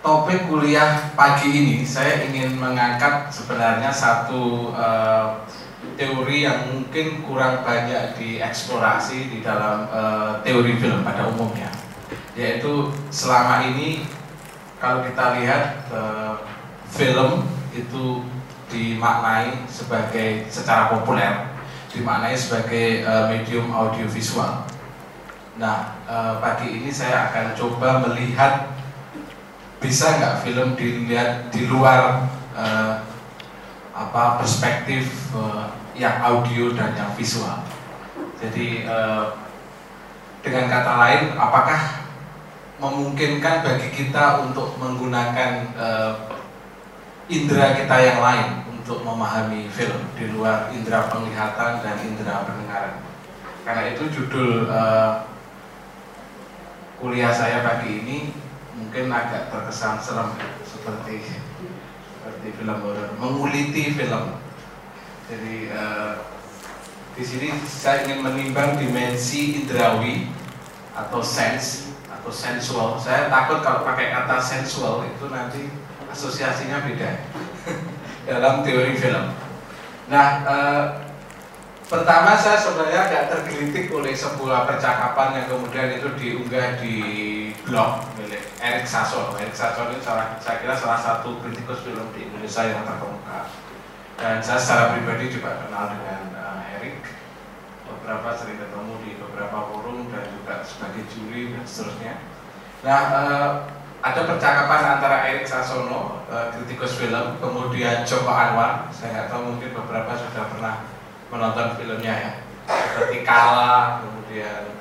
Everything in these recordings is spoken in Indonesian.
topik kuliah pagi ini saya ingin mengangkat sebenarnya satu teori yang mungkin kurang banyak dieksplorasi di dalam teori film pada umumnya, yaitu selama ini kalau kita lihat film itu dimaknai sebagai secara populer dimaknai sebagai medium audiovisual. Nah, pagi ini saya akan coba melihat bisa nggak film dilihat di luar perspektif yang audio dan yang visual. Jadi dengan kata lain, apakah memungkinkan bagi kita untuk menggunakan indera kita yang lain untuk memahami film di luar indera penglihatan dan indera pendengaran. Karena itu judul kuliah saya pagi ini mungkin agak terkesan serem, seperti film horor, menguliti film. Jadi di sini saya ingin menimbang dimensi indrawi atau sense atau sensual. Saya takut kalau pakai kata sensual itu nanti asosiasinya beda dalam teori film. Nah, pertama saya sebenarnya agak tergelitik oleh sebuah percakapan yang kemudian itu diunggah di blog milik Erik Sassono. Erik Sassono ini saya kira salah satu kritikus film di Indonesia yang terkemuka. Dan saya secara pribadi juga kenal dengan Erik. Beberapa sering ketemu di beberapa forum dan juga sebagai juri dan seterusnya. Nah, ada percakapan antara Erik Sassono, kritikus film, kemudian Joko Anwar. Saya nggak tahu, mungkin beberapa sudah pernah menonton filmnya ya, seperti Kala, kemudian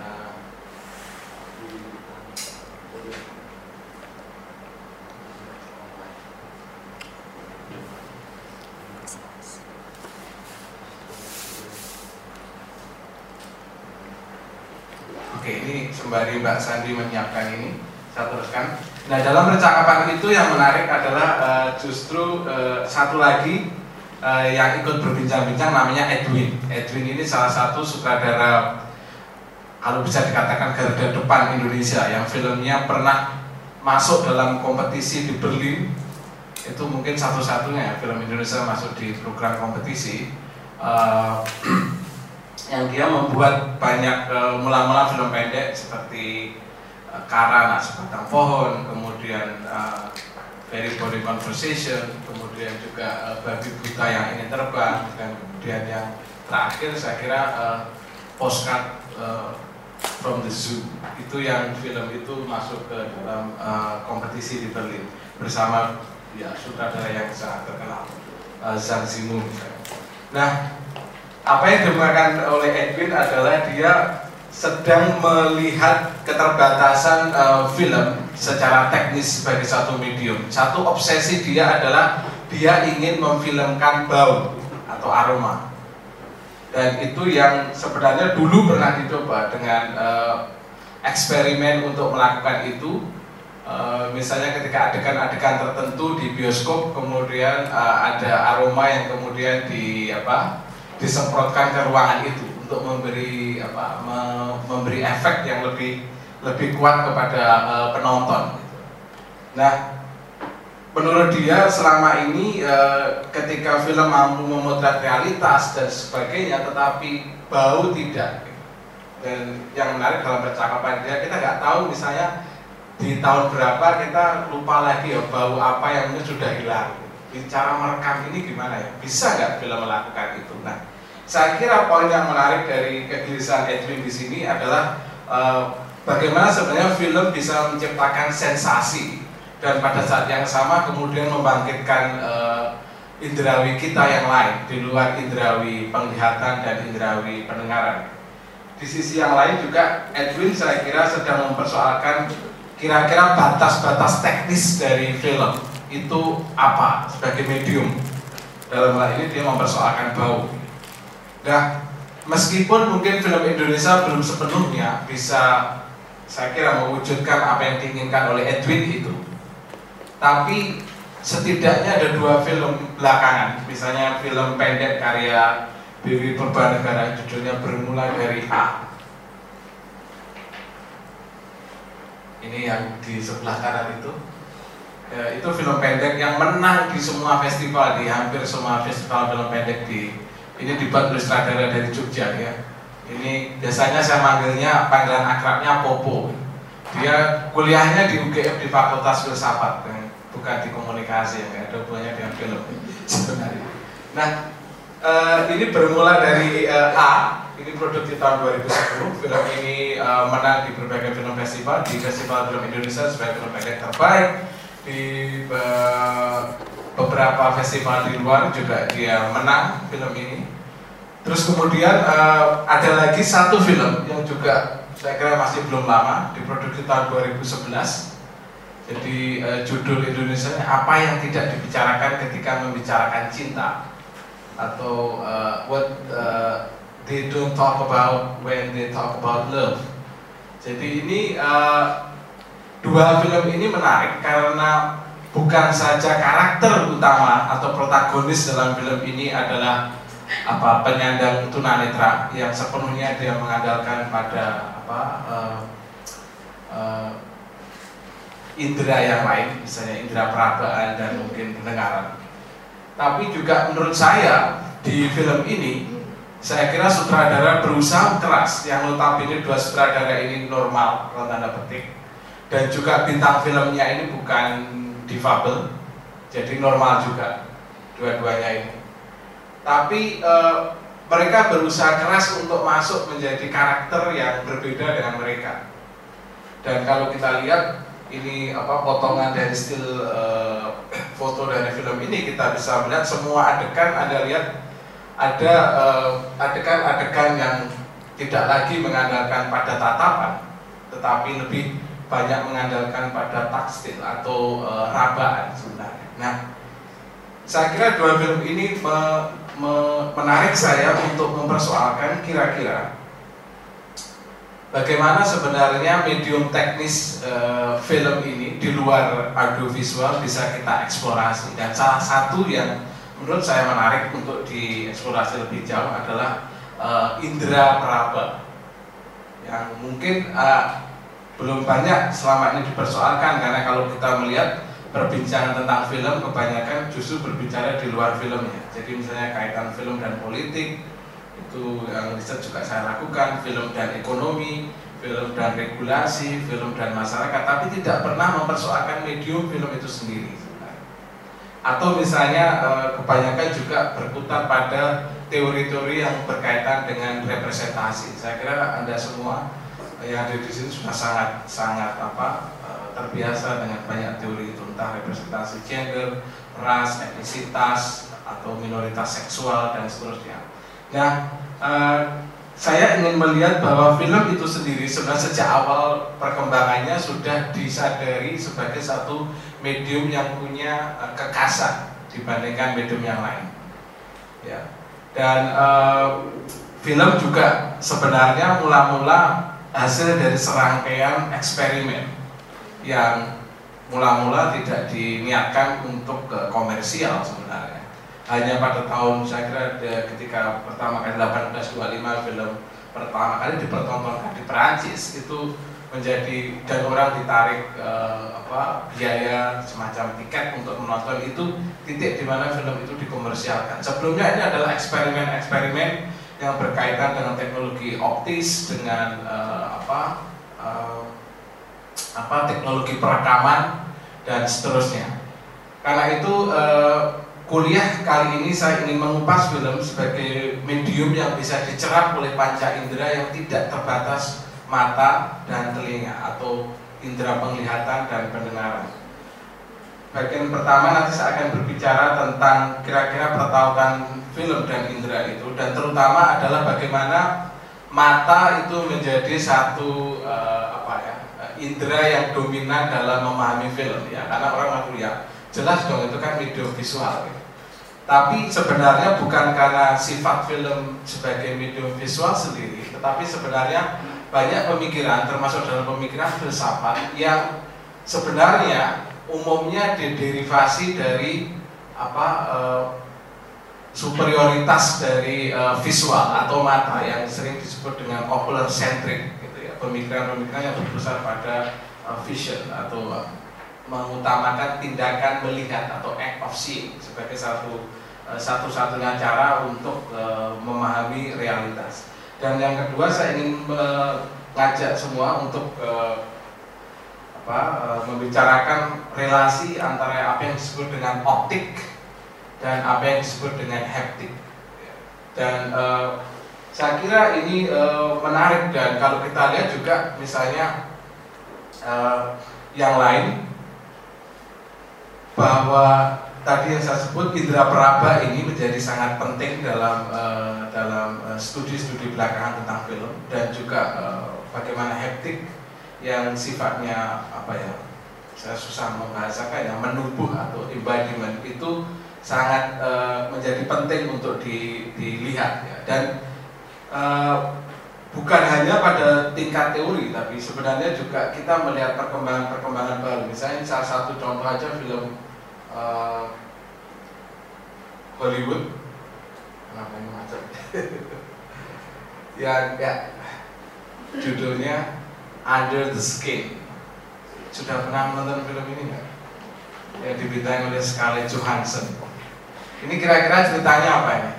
oke, ini sembari Mbak Sandi menyiapkan ini, saya teruskan. Nah, dalam percakapan itu yang menarik adalah justru satu lagi yang ikut berbincang-bincang namanya Edwin. Edwin ini salah satu sutradara, kalau bisa dikatakan garda depan Indonesia, yang filmnya pernah masuk dalam kompetisi di Berlin. Itu mungkin satu-satunya film Indonesia masuk di program kompetisi. Yang dia membuat banyak mula-mula film pendek seperti Kara, Anak Sebatang Pohon, kemudian Very Body Conversation, kemudian juga Babi Buta Yang Ingin Terbang, dan kemudian yang terakhir saya kira Postcard from the Zoo. Itu yang film itu masuk ke dalam kompetisi di Berlin bersama ya sutradara yang sangat terkenal, Zhang Yimou misalnya. Nah, apa yang dimakan oleh Edwin adalah dia sedang melihat keterbatasan film secara teknis sebagai satu medium. Satu obsesi dia adalah dia ingin memfilmkan bau atau aroma. Dan itu yang sebenarnya dulu pernah dicoba dengan eksperimen untuk melakukan itu. Misalnya ketika adegan-adegan tertentu di bioskop, kemudian ada aroma yang kemudian disemprotkan ke ruangan itu untuk memberi memberi efek yang lebih kuat kepada penonton. Nah, menurut dia selama ini ketika film mampu memotret realitas dan sebagainya, tetapi bau tidak. Dan yang menarik dalam percakapan dia, kita nggak tahu misalnya di tahun berapa, kita lupa lagi ya bau apa yang mungkin sudah hilang. Cara merekam ini gimana ya? Bisa nggak film melakukan itu? Nah, saya kira poin yang menarik dari kegelisahan Edwin di sini adalah bagaimana sebenarnya film bisa menciptakan sensasi dan pada saat yang sama kemudian membangkitkan indrawi kita yang lain di luar indrawi penglihatan dan indrawi pendengaran. Di sisi yang lain juga Edwin saya kira sedang mempersoalkan kira-kira batas-batas teknis dari film itu apa sebagai medium. Dalam hal ini dia mempersoalkan bau. Nah, meskipun mungkin film Indonesia belum sepenuhnya bisa, saya kira, mewujudkan apa yang diinginkan oleh Edwin itu, tapi setidaknya ada dua film belakangan, misalnya film pendek karya Dewi Purbanegara, judulnya Bermula Dari A. Ini yang di sebelah kanan itu, Ya, itu film pendek yang menang di semua festival, di hampir semua festival film pendek ini dibuat oleh sutradara dari Jogja ya. Ini biasanya saya manggilnya, panggilan akrabnya Popo. Dia kuliahnya di UGM di Fakultas Filsafat, bukan di komunikasi, yang ada hubungannya dengan film sebenarnya. Nah, ini bermula dari A. Ini produk di tahun 2010. Film ini menang di berbagai film festival, di Festival Film Indonesia sebagai film pendek terbaik, di beberapa festival di luar juga dia menang film ini. Terus kemudian ada lagi satu film yang juga saya kira masih belum lama, diproduksi tahun 2011. Jadi judul Indonesia apa yang tidak dibicarakan ketika membicarakan cinta, atau what they don't talk about when they talk about love. Jadi ini dua film ini menarik karena bukan saja karakter utama atau protagonis dalam film ini adalah penyandang tunanetra yang sepenuhnya dia mengandalkan pada indera yang lain, misalnya indera perabaan dan mungkin pendengaran. Tapi juga menurut saya di film ini, saya kira sutradara berusaha keras, yang notabene dua sutradara ini normal, kalau tanda petik, dan juga bintang filmnya ini bukan difabel, jadi normal juga dua-duanya ini. Tapi mereka berusaha keras untuk masuk menjadi karakter yang berbeda dengan mereka. Dan kalau kita lihat ini potongan dari still foto dari film ini, kita bisa melihat semua adegan. Anda lihat ada adegan-adegan yang tidak lagi mengandalkan pada tatapan, tetapi lebih banyak mengandalkan pada takstil atau rabaan sebenarnya. Nah, saya kira dua film ini menarik saya untuk mempersoalkan kira-kira bagaimana sebenarnya medium teknis film ini di luar audiovisual bisa kita eksplorasi. Dan salah satu yang menurut saya menarik untuk dieksplorasi lebih jauh adalah indera peraba, yang mungkin belum banyak selama ini dipersoalkan, karena kalau kita melihat perbincangan tentang film kebanyakan justru berbicara di luar filmnya. Jadi misalnya kaitan film dan politik, itu yang riset juga saya lakukan, film dan ekonomi, film dan regulasi, film dan masyarakat, tapi tidak pernah mempersoalkan medium film itu sendiri. Atau misalnya kebanyakan juga berkutat pada teori-teori yang berkaitan dengan representasi. Saya kira Anda semua yang ada di sini sudah sangat terbiasa dengan banyak teori itu, entah representasi gender, ras, etnisitas, atau minoritas seksual dan seterusnya. Nah, saya ingin melihat bahwa film itu sendiri sebenarnya sejak awal perkembangannya sudah disadari sebagai satu medium yang punya kekhasan dibandingkan medium yang lain. Ya. Dan film juga sebenarnya mula-mula hasil dari serangkaian eksperimen yang mula-mula tidak diniatkan untuk komersial sebenarnya. Hanya pada tahun, saya kira ketika pertama kali 1825 film pertama kali dipertontonkan di Perancis, itu menjadi, dan orang ditarik biaya semacam tiket untuk menonton, itu titik di mana film itu dikomersialkan. Sebelumnya ini adalah eksperimen-eksperimen yang berkaitan dengan teknologi optis, dengan teknologi perekaman dan seterusnya. Karena itu kuliah kali ini saya ingin mengupas film sebagai medium yang bisa dicerap oleh panca indera yang tidak terbatas mata dan telinga atau indera penglihatan dan pendengaran. Bagian pertama nanti saya akan berbicara tentang kira-kira pertautan film dan indera itu, dan terutama adalah bagaimana mata itu menjadi satu indera yang dominan dalam memahami film, ya. Karena orang ngaku ya jelas dong itu kan medium visual, gitu. Tapi sebenarnya bukan karena sifat film sebagai medium visual sendiri, tetapi sebenarnya banyak pemikiran, termasuk dalam pemikiran filsafat, yang sebenarnya umumnya diderivasi dari superioritas dari visual atau mata yang sering disebut dengan ocular centric, gitu ya. Pemikiran-pemikiran yang berbesar pada vision atau mengutamakan tindakan melihat atau act of seeing sebagai satu-satunya cara untuk memahami realitas. Dan yang kedua, saya ingin mengajak semua untuk membicarakan relasi antara apa yang disebut dengan optik dan apa yang disebut dengan haptik. Dan saya kira ini menarik, dan kalau kita lihat juga misalnya yang lain, bahwa tadi yang saya sebut indera peraba ini menjadi sangat penting dalam studi-studi belakangan tentang film, dan juga bagaimana haptik yang sifatnya saya susah membahasakan, yang menubuh atau embodiment itu sangat menjadi penting untuk dilihat ya. Dan bukan hanya pada tingkat teori, tapi sebenarnya juga kita melihat perkembangan baru. Misalnya salah satu contoh aja film Hollywood, kenapa ini macet? ya, judulnya Under the Skin. Sudah pernah menonton film ini nggak? Yang dibintangi oleh Scarlett Johansson. Ini kira-kira ceritanya apa ini?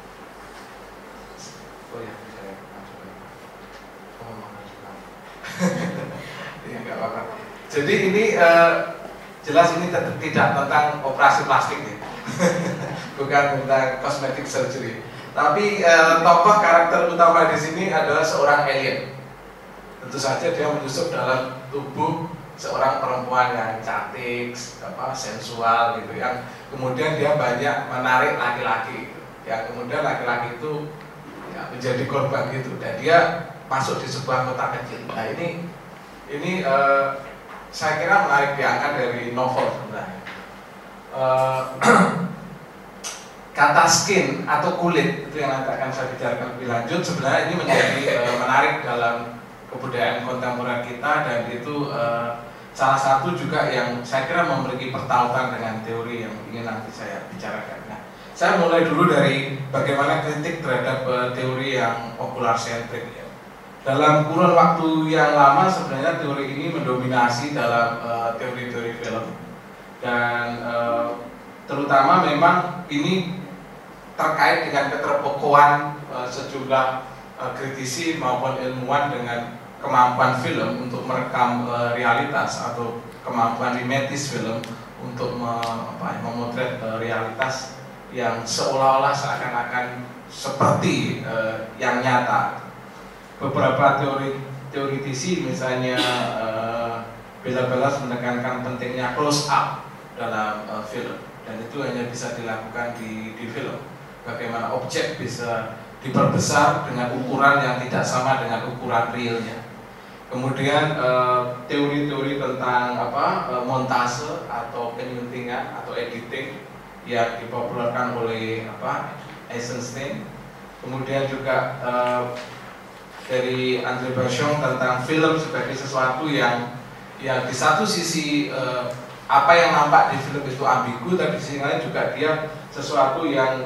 Ya, nggak apa-apa. Jadi ini jelas ini tidak tentang operasi plastik ya. Bukan tentang cosmetic surgery. Tapi tokoh karakter utama di sini adalah seorang alien. Tentu saja dia menyusup dalam tubuh seorang perempuan yang cantik, sensual gitu, yang kemudian dia banyak menarik laki-laki gitu. Yang kemudian laki-laki itu ya, menjadi korban gitu, dan dia masuk di sebuah kota kecil. Nah ini saya kira menarik, diangkat dari novel sebenarnya. Kata skin atau kulit itu yang nanti akan saya bicarakan lebih lanjut. Sebenarnya ini menjadi menarik dalam kebudayaan kontemporer kita, dan itu salah satu juga yang saya kira memiliki pertautan dengan teori yang ingin nanti saya bicarakan. Nah, saya mulai dulu dari bagaimana kritik terhadap teori yang okular sentrik ya. Dalam kurun waktu yang lama sebenarnya teori ini mendominasi dalam teori-teori film, dan terutama memang ini terkait dengan keterpokokkan sejumlah kritisi maupun ilmuwan dengan kemampuan film untuk merekam realitas, atau kemampuan mimetis film untuk memotret realitas yang seolah-olah seakan-akan seperti yang nyata. Beberapa teoritisi misalnya Bela Ballas menekankan pentingnya close up dalam film, dan itu hanya bisa dilakukan di film. Bagaimana objek bisa diperbesar dengan ukuran yang tidak sama dengan ukuran realnya. Kemudian teori-teori tentang montase atau penyuntingan atau editing yang dipopulerkan oleh Eisenstein. Kemudian juga dari André Breton tentang film sebagai sesuatu yang di satu sisi apa yang nampak di film itu ambigu, tapi di sisi lain juga dia sesuatu yang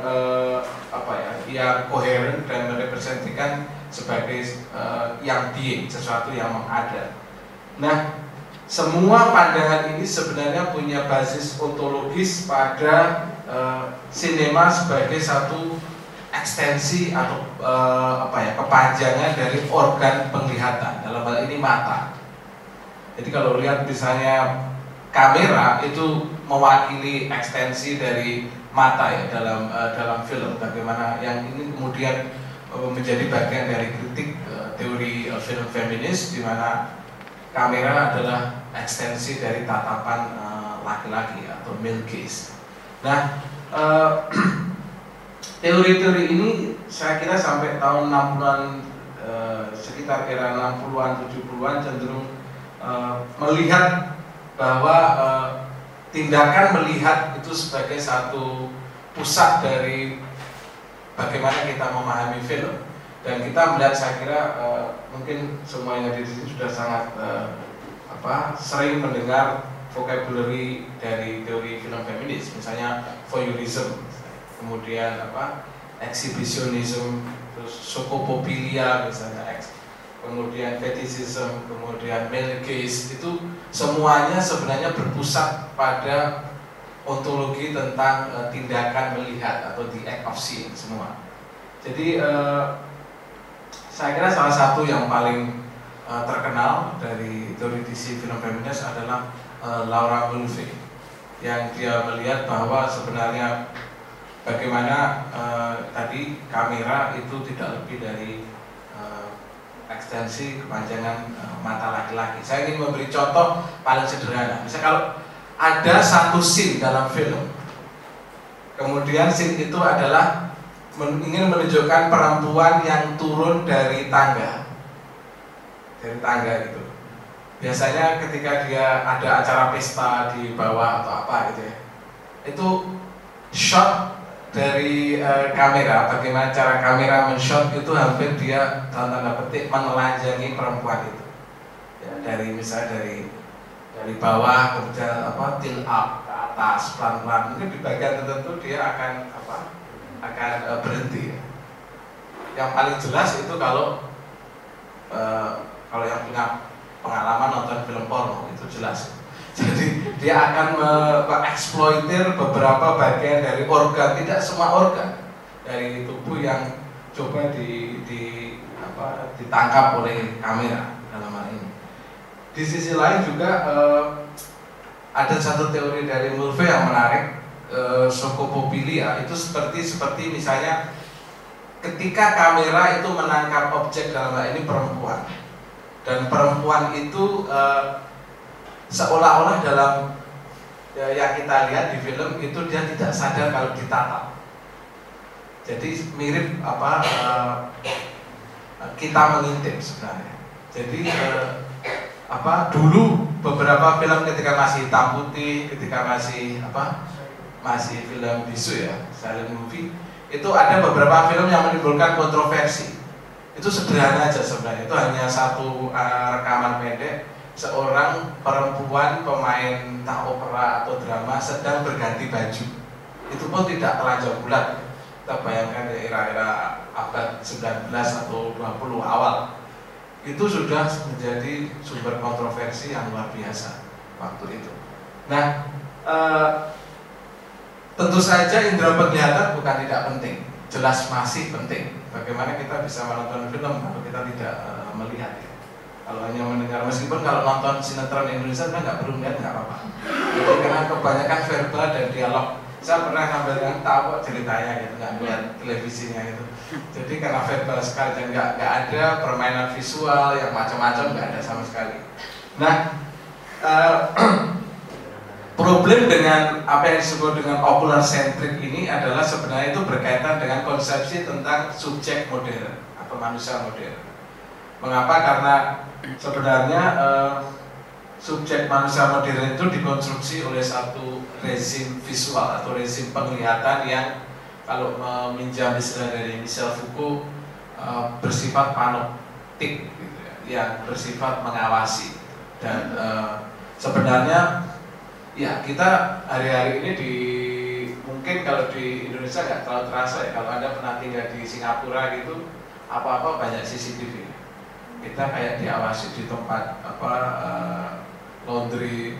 yang koheren dan merepresentasikan sebagai yang being, sesuatu yang ada. Nah, semua pandangan ini sebenarnya punya basis ontologis pada sinema sebagai satu ekstensi atau kepanjangan dari organ penglihatan, dalam hal ini mata. Jadi kalau lihat misalnya kamera itu mewakili ekstensi dari mata ya dalam film. Bagaimana yang ini kemudian menjadi bagian dari kritik teori film feminis, di mana kamera adalah ekstensi dari tatapan laki-laki atau male gaze. Nah, teori-teori ini saya kira sampai tahun 60-an, sekitar era 60-an 70-an cenderung melihat bahwa tindakan melihat itu sebagai satu pusat dari bagaimana kita memahami film. Dan kita melihat, saya kira mungkin semuanya di sini sudah sangat sering mendengar vocabulary dari teori film feminis, misalnya voyeurism, kemudian exhibitionism, terus sokopopilia misalnya, kemudian fetishism, kemudian male gaze, itu semuanya sebenarnya berpusat pada ontologi tentang tindakan melihat atau the act of seeing semua. Jadi saya kira salah satu yang paling terkenal dari teoritisi film feminis adalah Laura Mulvey, yang dia melihat bahwa sebenarnya bagaimana tadi kamera itu tidak lebih dari ekstensi kepanjangan mata laki-laki. Saya ingin memberi contoh paling sederhana. Misalnya kalau ada satu scene dalam film, kemudian scene itu adalah ingin menunjukkan perempuan yang turun dari tangga gitu. Biasanya ketika dia ada acara pesta di bawah atau apa gitu ya, itu shot dari kamera, bagaimana cara kamera men-shot itu hampir dia dalam tanda petik menelanjangi perempuan itu ya, dari misalnya dari bawah kemudian tilt up ke atas pelan-pelan, mungkin di bagian tertentu dia akan berhenti ya. Yang paling jelas itu kalau yang punya pengalaman nonton film porno itu jelas. Jadi dia akan mengeksploitir beberapa bagian dari organ, tidak semua organ dari tubuh yang coba ditangkap oleh kamera dalam hal ini. Di sisi lain juga ada satu teori dari Mulvey yang menarik, sokopopilia, itu seperti misalnya ketika kamera itu menangkap objek dalam hal ini perempuan, dan perempuan itu seolah-olah dalam yang kita lihat di film itu dia tidak sadar kalau ditatap. Jadi mirip kita mengintip sebenarnya. Jadi dulu beberapa film ketika masih hitam putih, ketika masih film bisu ya, silent movie, itu ada beberapa film yang menimbulkan kontroversi. Itu sederhana aja sebenarnya, itu hanya satu rekaman pendek seorang perempuan pemain entah opera atau drama sedang berganti baju. Itu pun tidak telanjang bulat. Kita bayangkan di era-era abad 19 atau 20 awal, itu sudah menjadi sumber kontroversi yang luar biasa waktu itu. Nah, tentu saja indera penglihatan bukan tidak penting, jelas masih penting. Bagaimana kita bisa menonton film kalau kita tidak melihat ya? Kalau hanya mendengar, meskipun kalau nonton sinetron Indonesia kita nggak perlu lihat, nggak apa-apa. Jadi karena kebanyakan verbal dan dialog. Saya pernah sambil dengan tahu ceritanya gitu, nggak melihat televisinya itu. Jadi karena verbal sekali dan nggak ada permainan visual yang macam-macam, nggak ada sama sekali. Nah, problem dengan apa yang disebut dengan ocular centric ini adalah sebenarnya itu berkaitan dengan konsepsi tentang subjek modern atau manusia modern. Mengapa? Karena sebenarnya subjek manusia modern itu dikonstruksi oleh satu rezim visual atau rezim penglihatan yang kalau meminjam istilah dari Michel Foucault bersifat panoptik gitu ya, yang bersifat mengawasi. Dan sebenarnya ya kita hari-hari ini mungkin kalau di Indonesia nggak terlalu terasa ya, kalau Anda pernah tinggal di Singapura gitu, apa-apa banyak CCTV. Kita kayak diawasi di tempat laundry,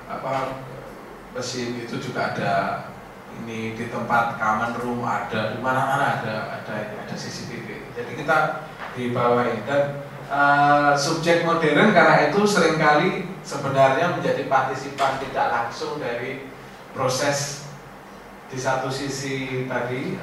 mesin itu juga ada, ini di tempat common room ada, di mana-mana ada CCTV. Jadi kita dibawain dan subjek modern karena itu seringkali sebenarnya menjadi partisipan tidak langsung dari proses di satu sisi tadi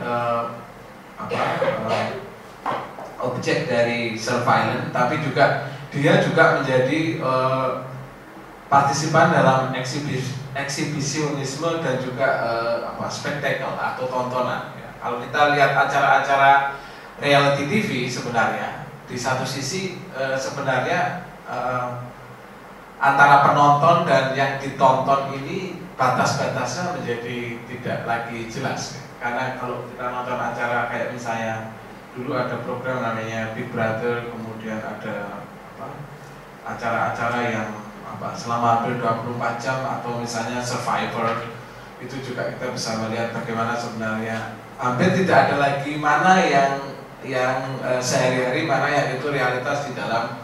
objek dari surveillance, tapi juga dia juga menjadi partisipan dalam eksibisionisme dan juga spektakel atau tontonan. Ya. Kalau kita lihat acara-acara reality TV sebenarnya di satu sisi sebenarnya antara penonton dan yang ditonton ini batas-batasnya menjadi tidak lagi jelas. Ya. Karena kalau kita nonton acara kayak misalnya dulu ada program namanya Big Brother, kemudian ada acara-acara yang selama hampir 24 jam atau misalnya Survivor, itu juga kita bisa melihat bagaimana sebenarnya hampir tidak ada lagi mana yang yang sehari-hari, mana yang itu realitas di dalam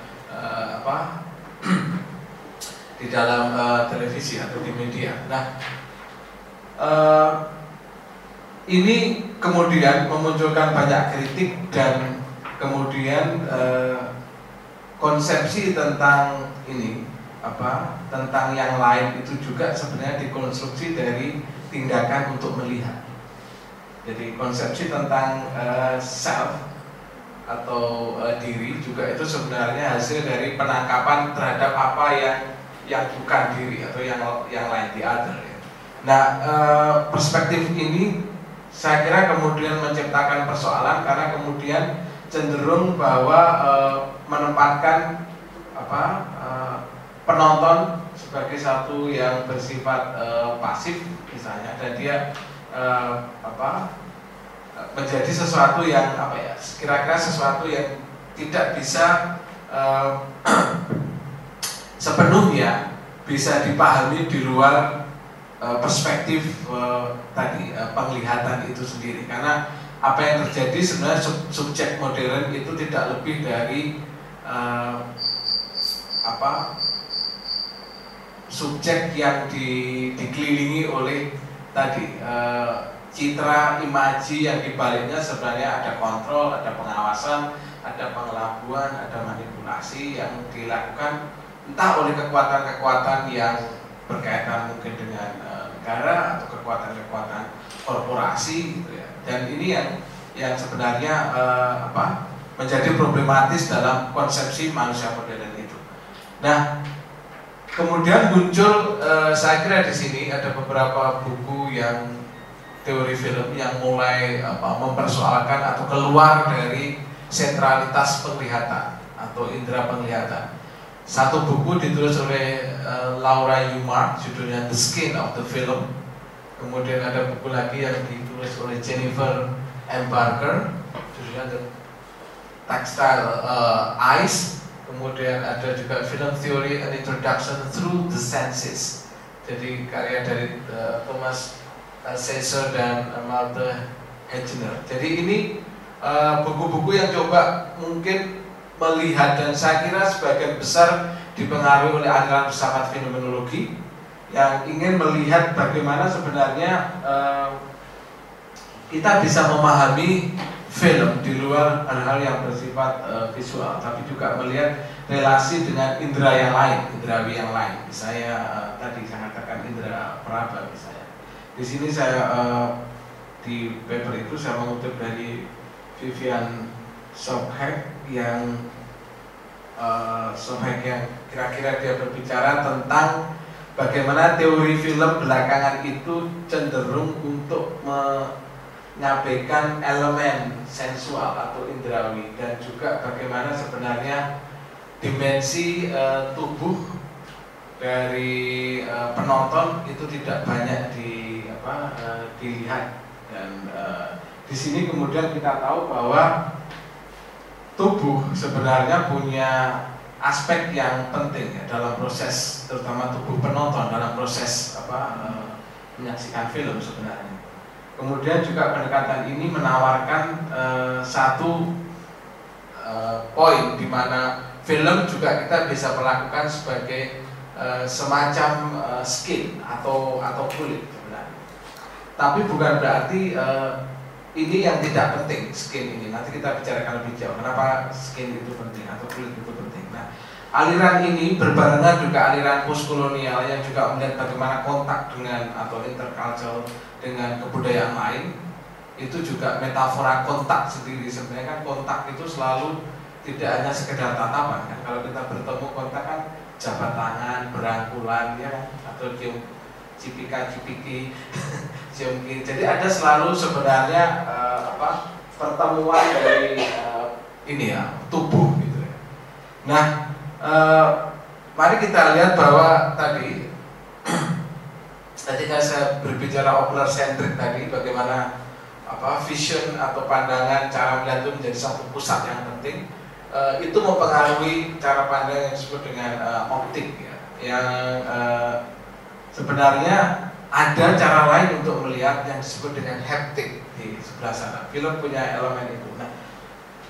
di dalam televisi atau di media. Nah, ini kemudian memunculkan banyak kritik dan kemudian konsepsi tentang ini tentang yang lain itu juga sebenarnya dikonstruksi dari tindakan untuk melihat. Jadi konsepsi tentang self atau diri juga itu sebenarnya hasil dari penangkapan terhadap apa yang bukan diri atau yang lain, the other ya. Nah, perspektif ini saya kira kemudian menciptakan persoalan karena kemudian cenderung bahwa menempatkan penonton sebagai satu yang bersifat pasif misalnya, dan dia menjadi sesuatu yang kira-kira sesuatu yang tidak bisa sepenuhnya bisa dipahami di luar perspektif tadi penglihatan itu sendiri, karena apa yang terjadi sebenarnya subjek modern itu tidak lebih dari subjek yang dikelilingi oleh tadi citra imaji yang dibaliknya sebenarnya ada kontrol, ada pengawasan, ada pengelabuan, ada manipulasi yang dilakukan entah oleh kekuatan-kekuatan yang berkaitan mungkin dengan negara atau kekuatan-kekuatan korporasi gitu ya. Dan ini yang sebenarnya menjadi problematis dalam konsepsi manusia modern itu. Nah, kemudian muncul saya kira di sini ada beberapa buku yang teori film yang mulai mempersoalkan atau keluar dari sentralitas penglihatan atau indera penglihatan. Satu buku ditulis oleh Laura Umar, judulnya The Skin of the Film. Kemudian ada buku lagi yang ditulis oleh Jennifer M. Barker, judulnya The Textile Eyes. Kemudian ada juga Film Theory and Introduction Through the Senses. Jadi karya dari Thomas Caesar dan Malte Hegener. Jadi ini buku-buku yang coba mungkin melihat, dan saya kira sebagian besar dipengaruhi oleh aliran filsafat fenomenologi yang ingin melihat bagaimana sebenarnya kita bisa memahami film di luar hal-hal yang bersifat visual, tapi juga melihat relasi dengan indera yang lain, indrawi yang lain. Misalnya tadi saya katakan indera peraba misalnya. Di sini saya di paper itu saya mengutip dari Vivian Sobchak yang kira-kira dia berbicara tentang bagaimana teori film belakangan itu cenderung untuk menyampaikan elemen sensual atau indrawi, dan juga bagaimana sebenarnya dimensi tubuh dari penonton itu tidak banyak dilihat. Dan di sini kemudian kita tahu bahwa tubuh sebenarnya punya aspek yang penting ya, dalam proses, terutama tubuh penonton dalam proses menyaksikan film sebenarnya. Kemudian juga pendekatan ini menawarkan satu poin di mana film juga kita bisa melakukan sebagai semacam skin atau kulit sebenarnya. Tapi bukan berarti ini yang tidak penting, skin ini. Nanti kita bicarakan lebih jauh kenapa skin itu penting atau kulit itu penting. Nah, aliran ini berbarengan juga aliran postkolonial yang juga melihat bagaimana kontak dengan atau intercultural dengan kebudayaan lain. Itu juga metafora kontak sendiri. Sebenarnya kan kontak itu selalu tidak hanya sekedar tatapan kan. Kalau kita bertemu kontak kan jabat tangan, berangkulan ya, atau cium cipika-cipiki, cium kiri. Jadi ada selalu sebenarnya pertemuan dari ini ya, tubuh gitu ya. Nah, mari kita lihat bahwa tadi ketika saya berbicara ocular centric tadi, bagaimana vision atau pandangan cara melihat itu menjadi satu pusat yang penting. Itu mempengaruhi cara pandang yang disebut dengan optik ya, yang sebenarnya ada cara lain untuk melihat yang disebut dengan haptik di sebelah sana. Film punya elemen itu. Nah,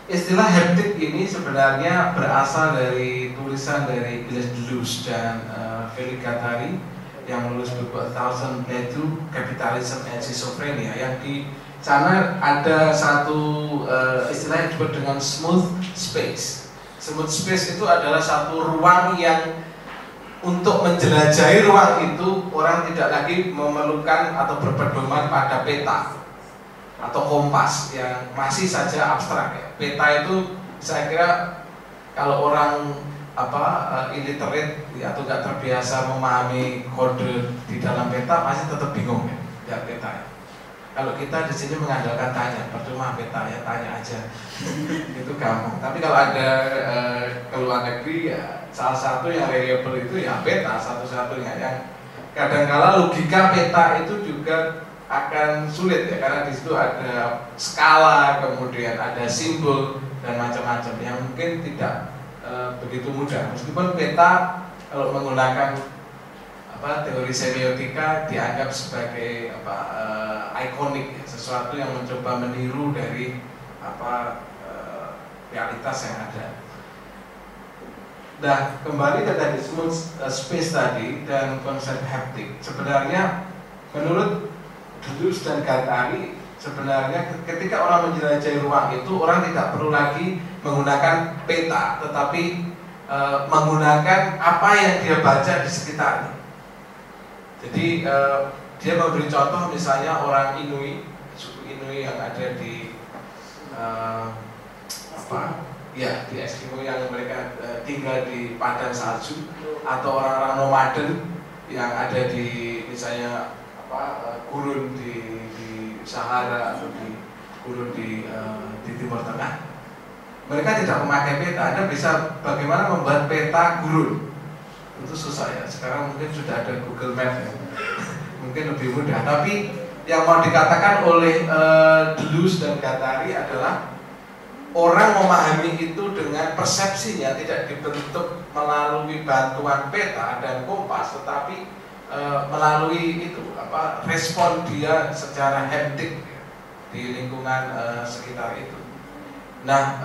istilah haptic ini sebenarnya berasal dari tulisan dari Gilles Deleuze dan Felix Guattari yang menulis buku A Thousand Plateaux, Capitalism and Schizophrenia, yang di sana ada satu istilah yang disebut dengan smooth space. Smooth space itu adalah satu ruang yang untuk menjelajahi ruang itu orang tidak lagi memerlukan atau berpedoman pada peta atau kompas yang masih saja abstrak ya. Peta itu saya kira kalau orang illiterate atau nggak terbiasa memahami kode di dalam peta masih tetap bingung ya peta ya. Kalau kita di sini mengandalkan tanya, percuma peta ya, tanya aja itu gampang. Tapi kalau ada keluar negeri ya salah satu yang reliable itu ya peta satu-satunya, yang kadang-kala logika peta itu juga akan sulit ya, karena di situ ada skala, kemudian ada simbol dan macam-macam yang mungkin tidak begitu mudah. Meskipun peta kalau menggunakan teori semiotika dianggap sebagai ikonik ya, sesuatu yang mencoba meniru dari realitas yang ada. Nah, kembali ke tadi smooth space tadi dan konsep haptic. Sebenarnya menurut Deleuze dan Guattari, sebenarnya ketika orang menjelajahi ruang itu orang tidak perlu lagi menggunakan peta, tetapi menggunakan apa yang dia baca di sekitarnya. Jadi dia memberi contoh misalnya orang Inuit, suku Inuit yang ada di di Eskimo yang mereka tinggal di padang salju, atau orang-orang nomaden yang ada di misalnya gurun di Sahara atau di gurun di Timur Tengah. Mereka tidak memakai peta. Anda bisa bagaimana membuat peta gurun? Itu susah ya. Sekarang mungkin sudah ada Google Maps ya. Mungkin lebih mudah. Tapi yang mau dikatakan oleh Deleuze dan Guattari adalah orang memahami itu dengan persepsinya, tidak dibentuk melalui bantuan peta dan kompas, tetapi melalui itu respon dia secara haptik di lingkungan sekitar itu. Nah,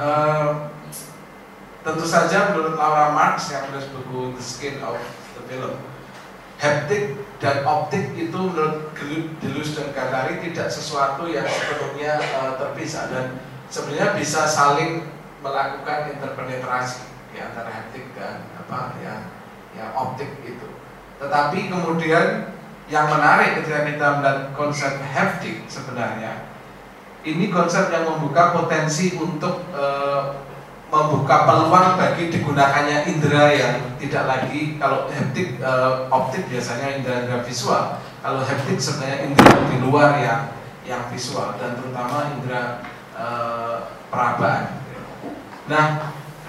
tentu saja menurut Laura Marx yang menulis buku The Skin of the Film, haptik dan optik itu menurut Deleuze dan Guattari tidak sesuatu yang sepenuhnya terpisah, dan sebenarnya bisa saling melakukan interpenetrasi di antara haptik dan optik itu. Tetapi kemudian yang menarik ketika kita melihat konsep haptik, sebenarnya ini konsep yang membuka potensi untuk membuka peluang bagi digunakannya indera yang tidak lagi, kalau haptik optik biasanya indera visual, kalau haptik sebenarnya indera di luar yang visual, dan terutama indera perabaan. Nah,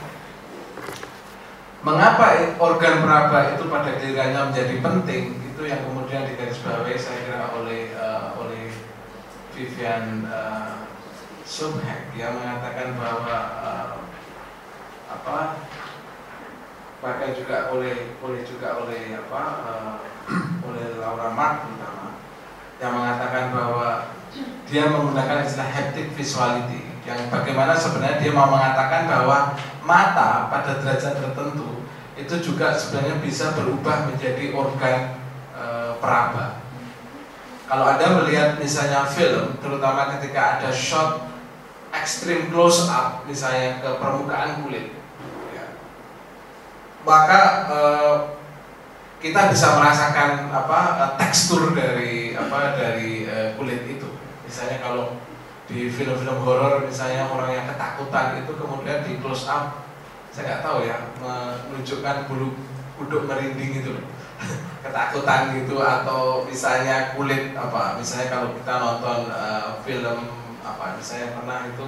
mengapa organ peraba itu pada gilirannya menjadi penting? Itu yang kemudian digarisbawahi saya kira oleh Vivian Subhack, yang mengatakan bahwa bahkan juga oleh Laura Marx terutama, yang mengatakan bahwa dia menggunakan istilah haptic visuality, yang bagaimana sebenarnya dia mau mengatakan bahwa mata pada derajat tertentu itu juga sebenarnya bisa berubah menjadi organ peraba. Kalau Anda melihat misalnya film, terutama ketika ada shot extreme close up misalnya ke permukaan kulit ya, maka kita bisa merasakan tekstur dari kulit itu. Misalnya kalau di film-film horor misalnya orang yang ketakutan itu kemudian di close up, saya nggak tahu ya, menunjukkan bulu kuduk merinding itu ketakutan gitu, atau misalnya kulit misalnya kalau kita nonton film misalnya pernah itu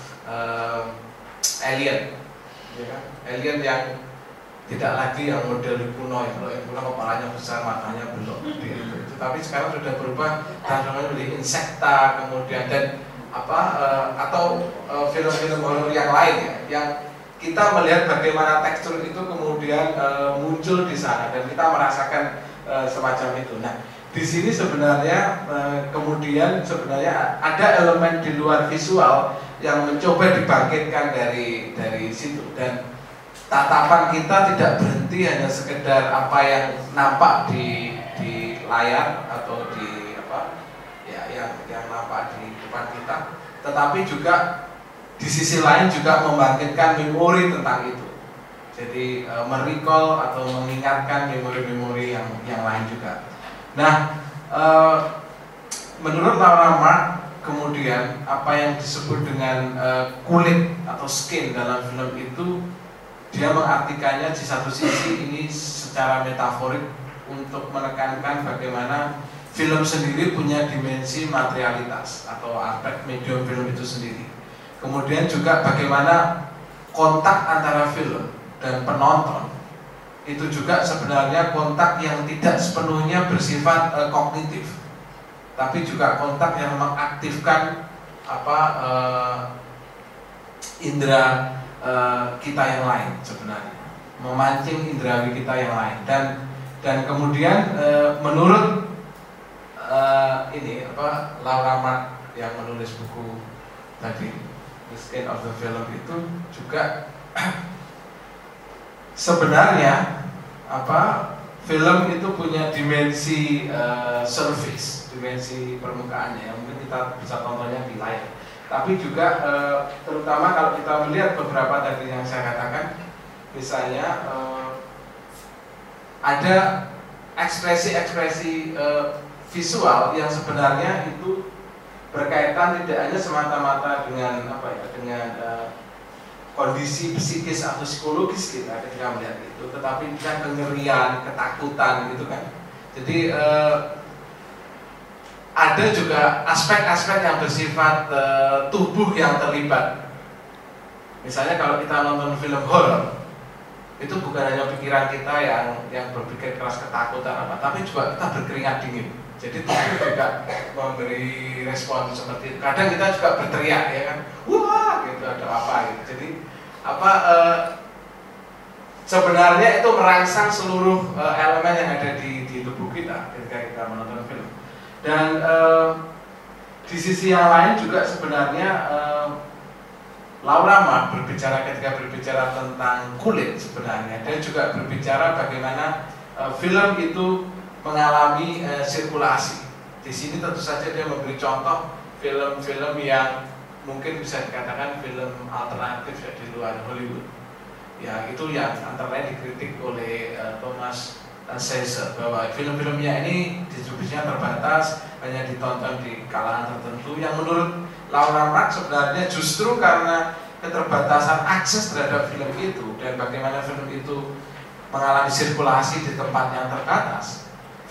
Alien ya kan? Alien yang tidak lagi yang model kuno ya, kalau yang kuno kepalanya besar, matanya belok itu. Tapi sekarang sudah berubah transformasi menjadi insekta, kemudian dan atau film-film horor yang lain ya, yang kita melihat bagaimana tekstur itu kemudian muncul di sana dan kita merasakan semacam itu. Nah, di sini sebenarnya kemudian sebenarnya ada elemen di luar visual yang mencoba dibangkitkan dari situ, dan tatapan kita tidak berhenti hanya sekedar apa yang nampak di layar atau di apa ya yang nampak di depan kita, tetapi juga di sisi lain juga membangkitkan memori tentang itu. Jadi merecall atau mengingatkan memori-memori yang lain juga. Nah, menurut Laura Mark, kemudian apa yang disebut dengan kulit atau skin dalam film itu, dia mengartikannya di satu sisi ini secara metaforik untuk menekankan bagaimana film sendiri punya dimensi materialitas atau aspek medium film itu sendiri. Kemudian juga bagaimana kontak antara film dan penonton itu juga sebenarnya kontak yang tidak sepenuhnya bersifat kognitif, tapi juga kontak yang mengaktifkan indera kita yang lain sebenarnya, memancing indrawi kita yang lain, dan kemudian menurut Laura Mark yang menulis buku tadi The Skin of the Film itu juga sebenarnya film itu punya dimensi surface, dimensi permukaannya yang mungkin kita bisa tontonnya di layar. Tapi juga terutama kalau kita melihat beberapa tadi yang saya katakan, misalnya ada ekspresi-ekspresi visual yang sebenarnya itu berkaitan tidak hanya semata-mata dengan kondisi psikis atau psikologis kita ketika melihat itu, tetapi juga kengerian, ketakutan gitu kan. Jadi ada juga aspek-aspek yang bersifat tubuh yang terlibat. Misalnya kalau kita nonton film horor, itu bukan hanya pikiran kita yang berpikir keras ketakutan apa, tapi juga kita berkeringat dingin. Jadi tubuh juga memberi respon seperti itu. Kadang kita juga berteriak ya kan, wah gitu, ada apa gitu. Jadi sebenarnya itu merangsang seluruh elemen yang ada di tubuh kita ketika kita menonton film. Dan di sisi yang lain juga sebenarnya Laura Mark ketika berbicara tentang kulit, sebenarnya dia juga berbicara bagaimana film itu mengalami sirkulasi. Di sini tentu saja dia memberi contoh film-film yang mungkin bisa dikatakan film alternatif ya, di luar Hollywood. Ya itu yang antara lain dikritik oleh Thomas Caesar, bahwa film-filmnya ini distribusinya terbatas, hanya ditonton di kalangan tertentu. Yang menurut Laura Mark sebenarnya justru karena keterbatasan akses terhadap film itu dan bagaimana film itu mengalami sirkulasi di tempat yang terbatas,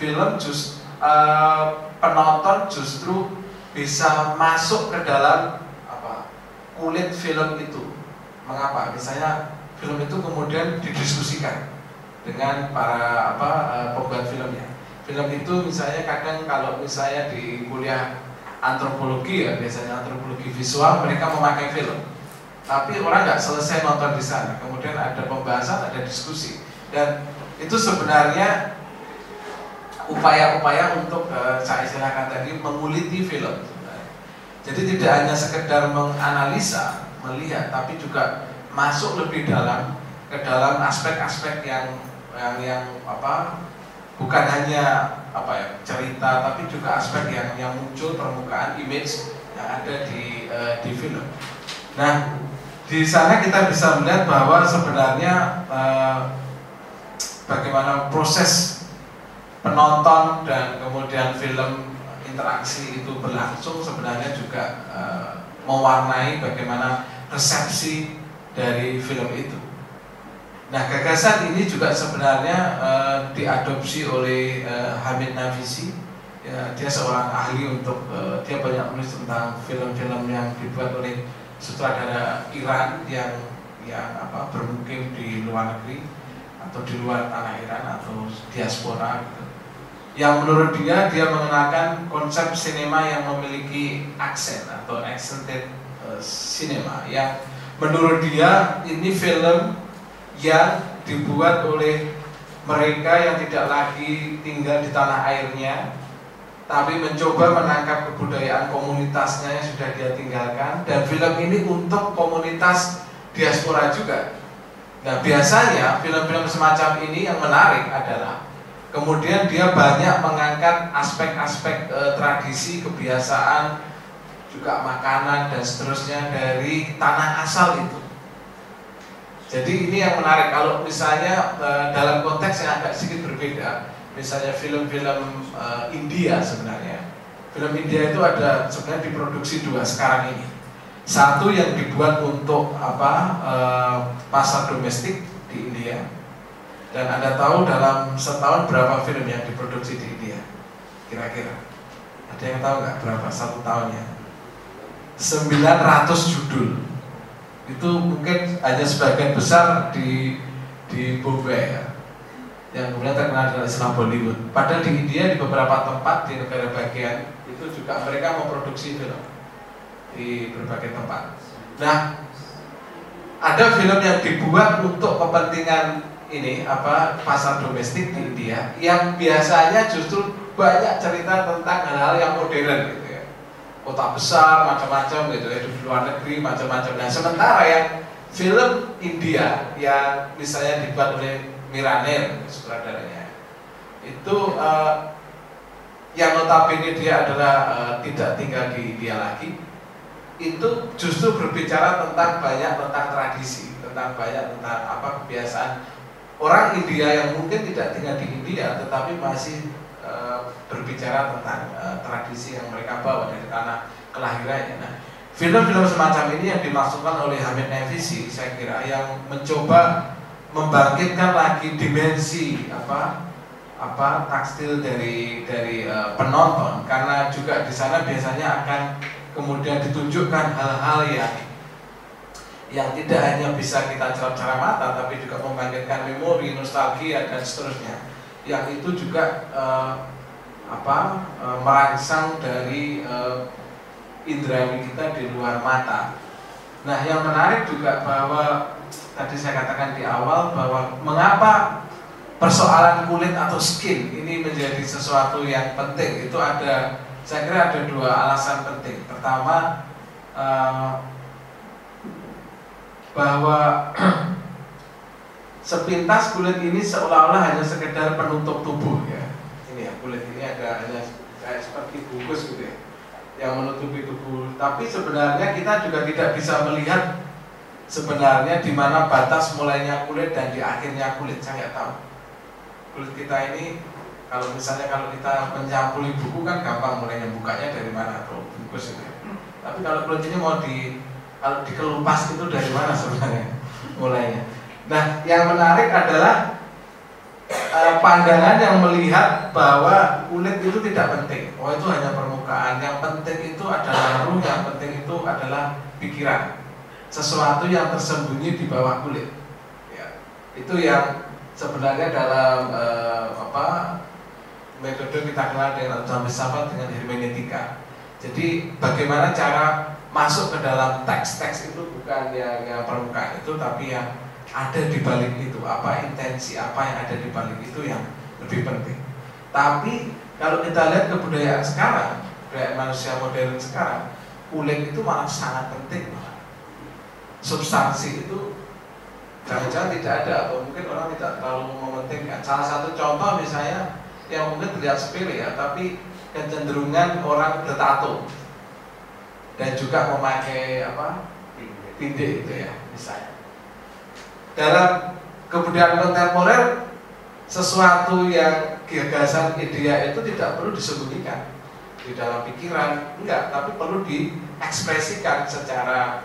penonton justru bisa masuk ke dalam kulit film itu. Mengapa? Misalnya film itu kemudian didiskusikan dengan para pembuat filmnya. Film itu misalnya kadang kalau misalnya di kuliah antropologi ya, biasanya antropologi visual, mereka memakai film. Tapi orang nggak selesai nonton di sana. Kemudian ada pembahasan, ada diskusi, dan itu sebenarnya upaya-upaya untuk saya istilahkan tadi menguliti film. Jadi tidak hanya sekedar menganalisa, melihat, tapi juga masuk lebih dalam ke dalam aspek-aspek yang bukan hanya cerita, tapi juga aspek yang muncul permukaan image yang ada di film. Nah, di sana kita bisa melihat bahwa sebenarnya bagaimana proses penonton dan kemudian film interaksi itu berlangsung sebenarnya juga mewarnai bagaimana resepsi dari film itu. Nah, gagasan ini juga sebenarnya diadopsi oleh Hamid Nafisi. Ya, dia seorang ahli untuk dia banyak menulis tentang film-film yang dibuat oleh sutradara Iran yang bermukim di luar negeri atau di luar tanah Iran atau diaspora gitu. Yang menurut dia mengenalkan konsep sinema yang memiliki aksen atau accented cinema, yang menurut dia ini film yang dibuat oleh mereka yang tidak lagi tinggal di tanah airnya, tapi mencoba menangkap kebudayaan komunitasnya yang sudah dia tinggalkan, dan film ini untuk komunitas diaspora juga. Nah, biasanya film-film semacam ini yang menarik adalah kemudian dia banyak mengangkat aspek-aspek tradisi, kebiasaan, juga makanan dan seterusnya dari tanah asal itu. Jadi ini yang menarik. Kalau misalnya dalam konteks yang agak sedikit berbeda, misalnya film-film India sebenarnya. Film India itu ada sebenarnya diproduksi dua sekarang ini. Satu yang dibuat untuk pasar domestik di India. Dan Anda tahu dalam setahun berapa film yang diproduksi di India? Kira-kira ada yang tahu nggak berapa satu tahunnya? 900 judul. Itu mungkin hanya sebagian besar di Bombay ya, yang kemudian terkenal dengan Islam Bollywood. Padahal di India di beberapa tempat di negara bagian itu juga mereka memproduksi film di berbagai tempat. Nah, ada film yang dibuat untuk kepentingan ini pasar domestik di India yang biasanya justru banyak cerita tentang hal-hal yang modern gitu ya, kota besar macam-macam gitu ya, di luar negeri macam-macam. Nah, sementara yang film India yang misalnya dibuat oleh Miraner sutradaranya itu yang notabene dia adalah tidak tinggal di India lagi, itu justru berbicara tentang banyak tentang tradisi, tentang banyak tentang kebiasaan orang India yang mungkin tidak tinggal di India tetapi masih berbicara tentang tradisi yang mereka bawa dari tanah kelahirannya. Nah, film-film semacam ini yang dimaksudkan oleh Hamid Nafisi, saya kira yang mencoba membangkitkan lagi dimensi takstil dari penonton, karena juga di sana biasanya akan kemudian ditunjukkan hal-hal yang tidak hanya bisa kita cerap-cerap mata, tapi juga membangkitkan memori, nostalgia dan seterusnya. Yang itu juga merangsang dari indrawi kita di luar mata. Nah, yang menarik juga bahwa tadi saya katakan di awal bahwa mengapa persoalan kulit atau skin ini menjadi sesuatu yang penting. Itu saya kira ada dua alasan penting. Pertama, bahwa sepintas kulit ini seolah-olah hanya sekedar penutup tubuh ya. Ini ya, kulit ini hanya kayak seperti bungkus gitu ya, yang menutupi tubuh. Tapi sebenarnya kita juga tidak bisa melihat sebenarnya di mana batas mulainya kulit dan di akhirnya kulit. Saya nggak tahu. Kulit kita ini kalau kita mencampuri buku kan gampang mulainya, bukanya dari mana atau bungkus itu. Tapi kalau kulit ini kalau dikelupas itu dari mana sebenarnya mulainya. Nah, yang menarik adalah pandangan yang melihat bahwa kulit itu tidak penting. Oh, itu hanya permukaan. Yang penting itu adalah ruh, yang penting itu adalah pikiran. Sesuatu yang tersembunyi di bawah kulit. Ya, itu yang sebenarnya dalam metode kita kenal dengan filsafat dengan hermeneutika. Jadi bagaimana cara masuk ke dalam teks-teks itu bukan yang permukaan itu, tapi yang ada di balik itu, intensi apa yang ada di balik itu yang lebih penting. Tapi kalau kita lihat kebudayaan sekarang, kebudayaan manusia modern sekarang, kulit itu malah sangat penting. Substansi itu jangan-jangan tidak ada, atau mungkin orang tidak terlalu mementingkan. Salah satu contoh misalnya yang mungkin terlihat sepele ya, tapi kecenderungan orang bertato dan juga memakai tinde itu ya misalnya. Dalam kebudayaan kontemporer, sesuatu yang gagasan idea itu tidak perlu disembunyikan di dalam pikiran, enggak, tapi perlu diekspresikan secara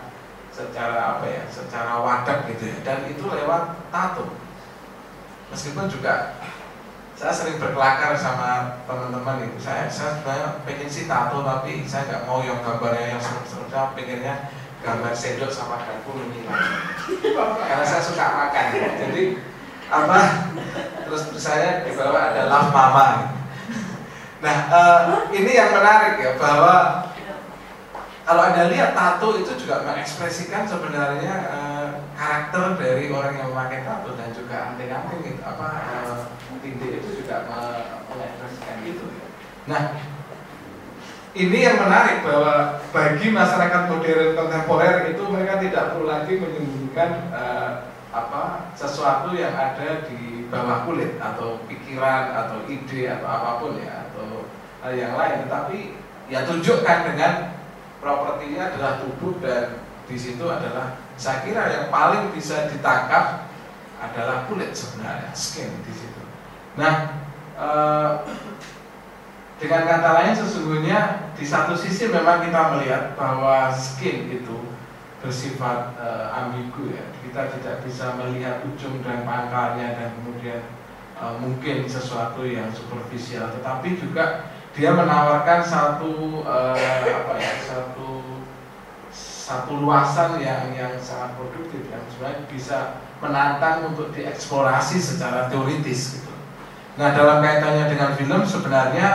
wadah gitu ya, dan itu lewat tato. Meskipun juga saya sering berkelakar sama teman-teman itu, saya sebenarnya pengen sih tato, tapi saya nggak mau yang gambarnya yang serem-serem, saya pengennya gambar sendok sama garpu ini karena saya suka makan ya. Jadi terus saya di bawah ada love mama. Nah, ini yang menarik ya, bahwa kalau Anda lihat tato itu juga mengekspresikan sebenarnya karakter dari orang yang memakai tato, dan juga anting-anting gitu, tinde itu juga mengekspresikan itu. Nah, ini yang menarik bahwa bagi masyarakat modern kontemporer itu mereka tidak perlu lagi menyembunyikan sesuatu yang ada di bawah kulit atau pikiran atau ide atau apapun ya atau hal yang lain, tetapi ya tunjukkan dengan propertinya adalah tubuh, dan di situ adalah saya kira yang paling bisa ditangkap adalah kulit sebenarnya, skin di situ. Nah, dengan kata lain sesungguhnya di satu sisi memang kita melihat bahwa skin itu bersifat ambigu ya. Kita tidak bisa melihat ujung dan pangkalnya dan kemudian mungkin sesuatu yang superficial, tetapi juga dia menawarkan satu luasan yang sangat produktif yang sebenarnya bisa menantang untuk dieksplorasi secara teoritis gitu. Nah, dalam kaitannya dengan film sebenarnya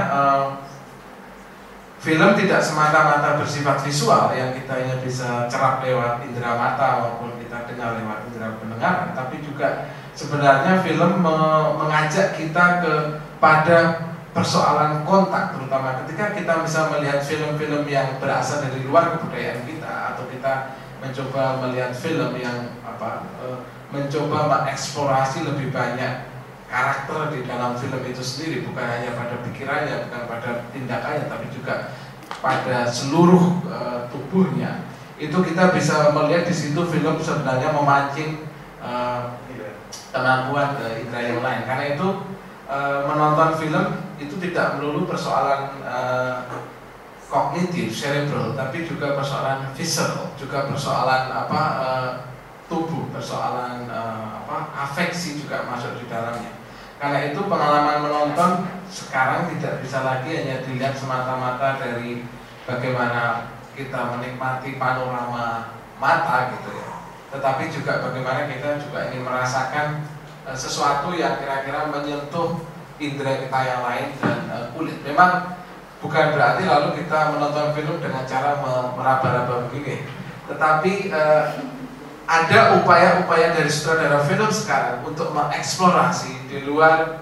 film tidak semata-mata bersifat visual yang kita hanya bisa cerap lewat indera mata maupun kita dengar lewat indera pendengaran, tapi juga sebenarnya film mengajak kita kepada persoalan kontak, terutama ketika kita bisa melihat film-film yang berasal dari luar kebudayaan kita, atau kita mencoba melihat film yang mencoba mengeksplorasi lebih banyak karakter di dalam film itu sendiri, bukan hanya pada pikirannya, bukan pada tindakannya, tapi juga pada seluruh tubuhnya. Itu kita bisa melihat di situ film sebenarnya memancing kemampuan indera yang lain. Karena itu menonton film itu tidak melulu persoalan kognitif, cerebral, tapi juga persoalan visceral, juga persoalan tubuh, persoalan afeksi juga masuk di dalamnya. Karena itu pengalaman menonton sekarang tidak bisa lagi hanya dilihat semata-mata dari bagaimana kita menikmati panorama mata gitu ya, tetapi juga bagaimana kita juga ingin merasakan sesuatu yang kira-kira menyentuh indera kita yang lain dan kulit. Memang bukan berarti lalu kita menonton film dengan cara meraba-raba begini, tetapi ada upaya-upaya dari sutradara film sekarang untuk mengeksplorasi di luar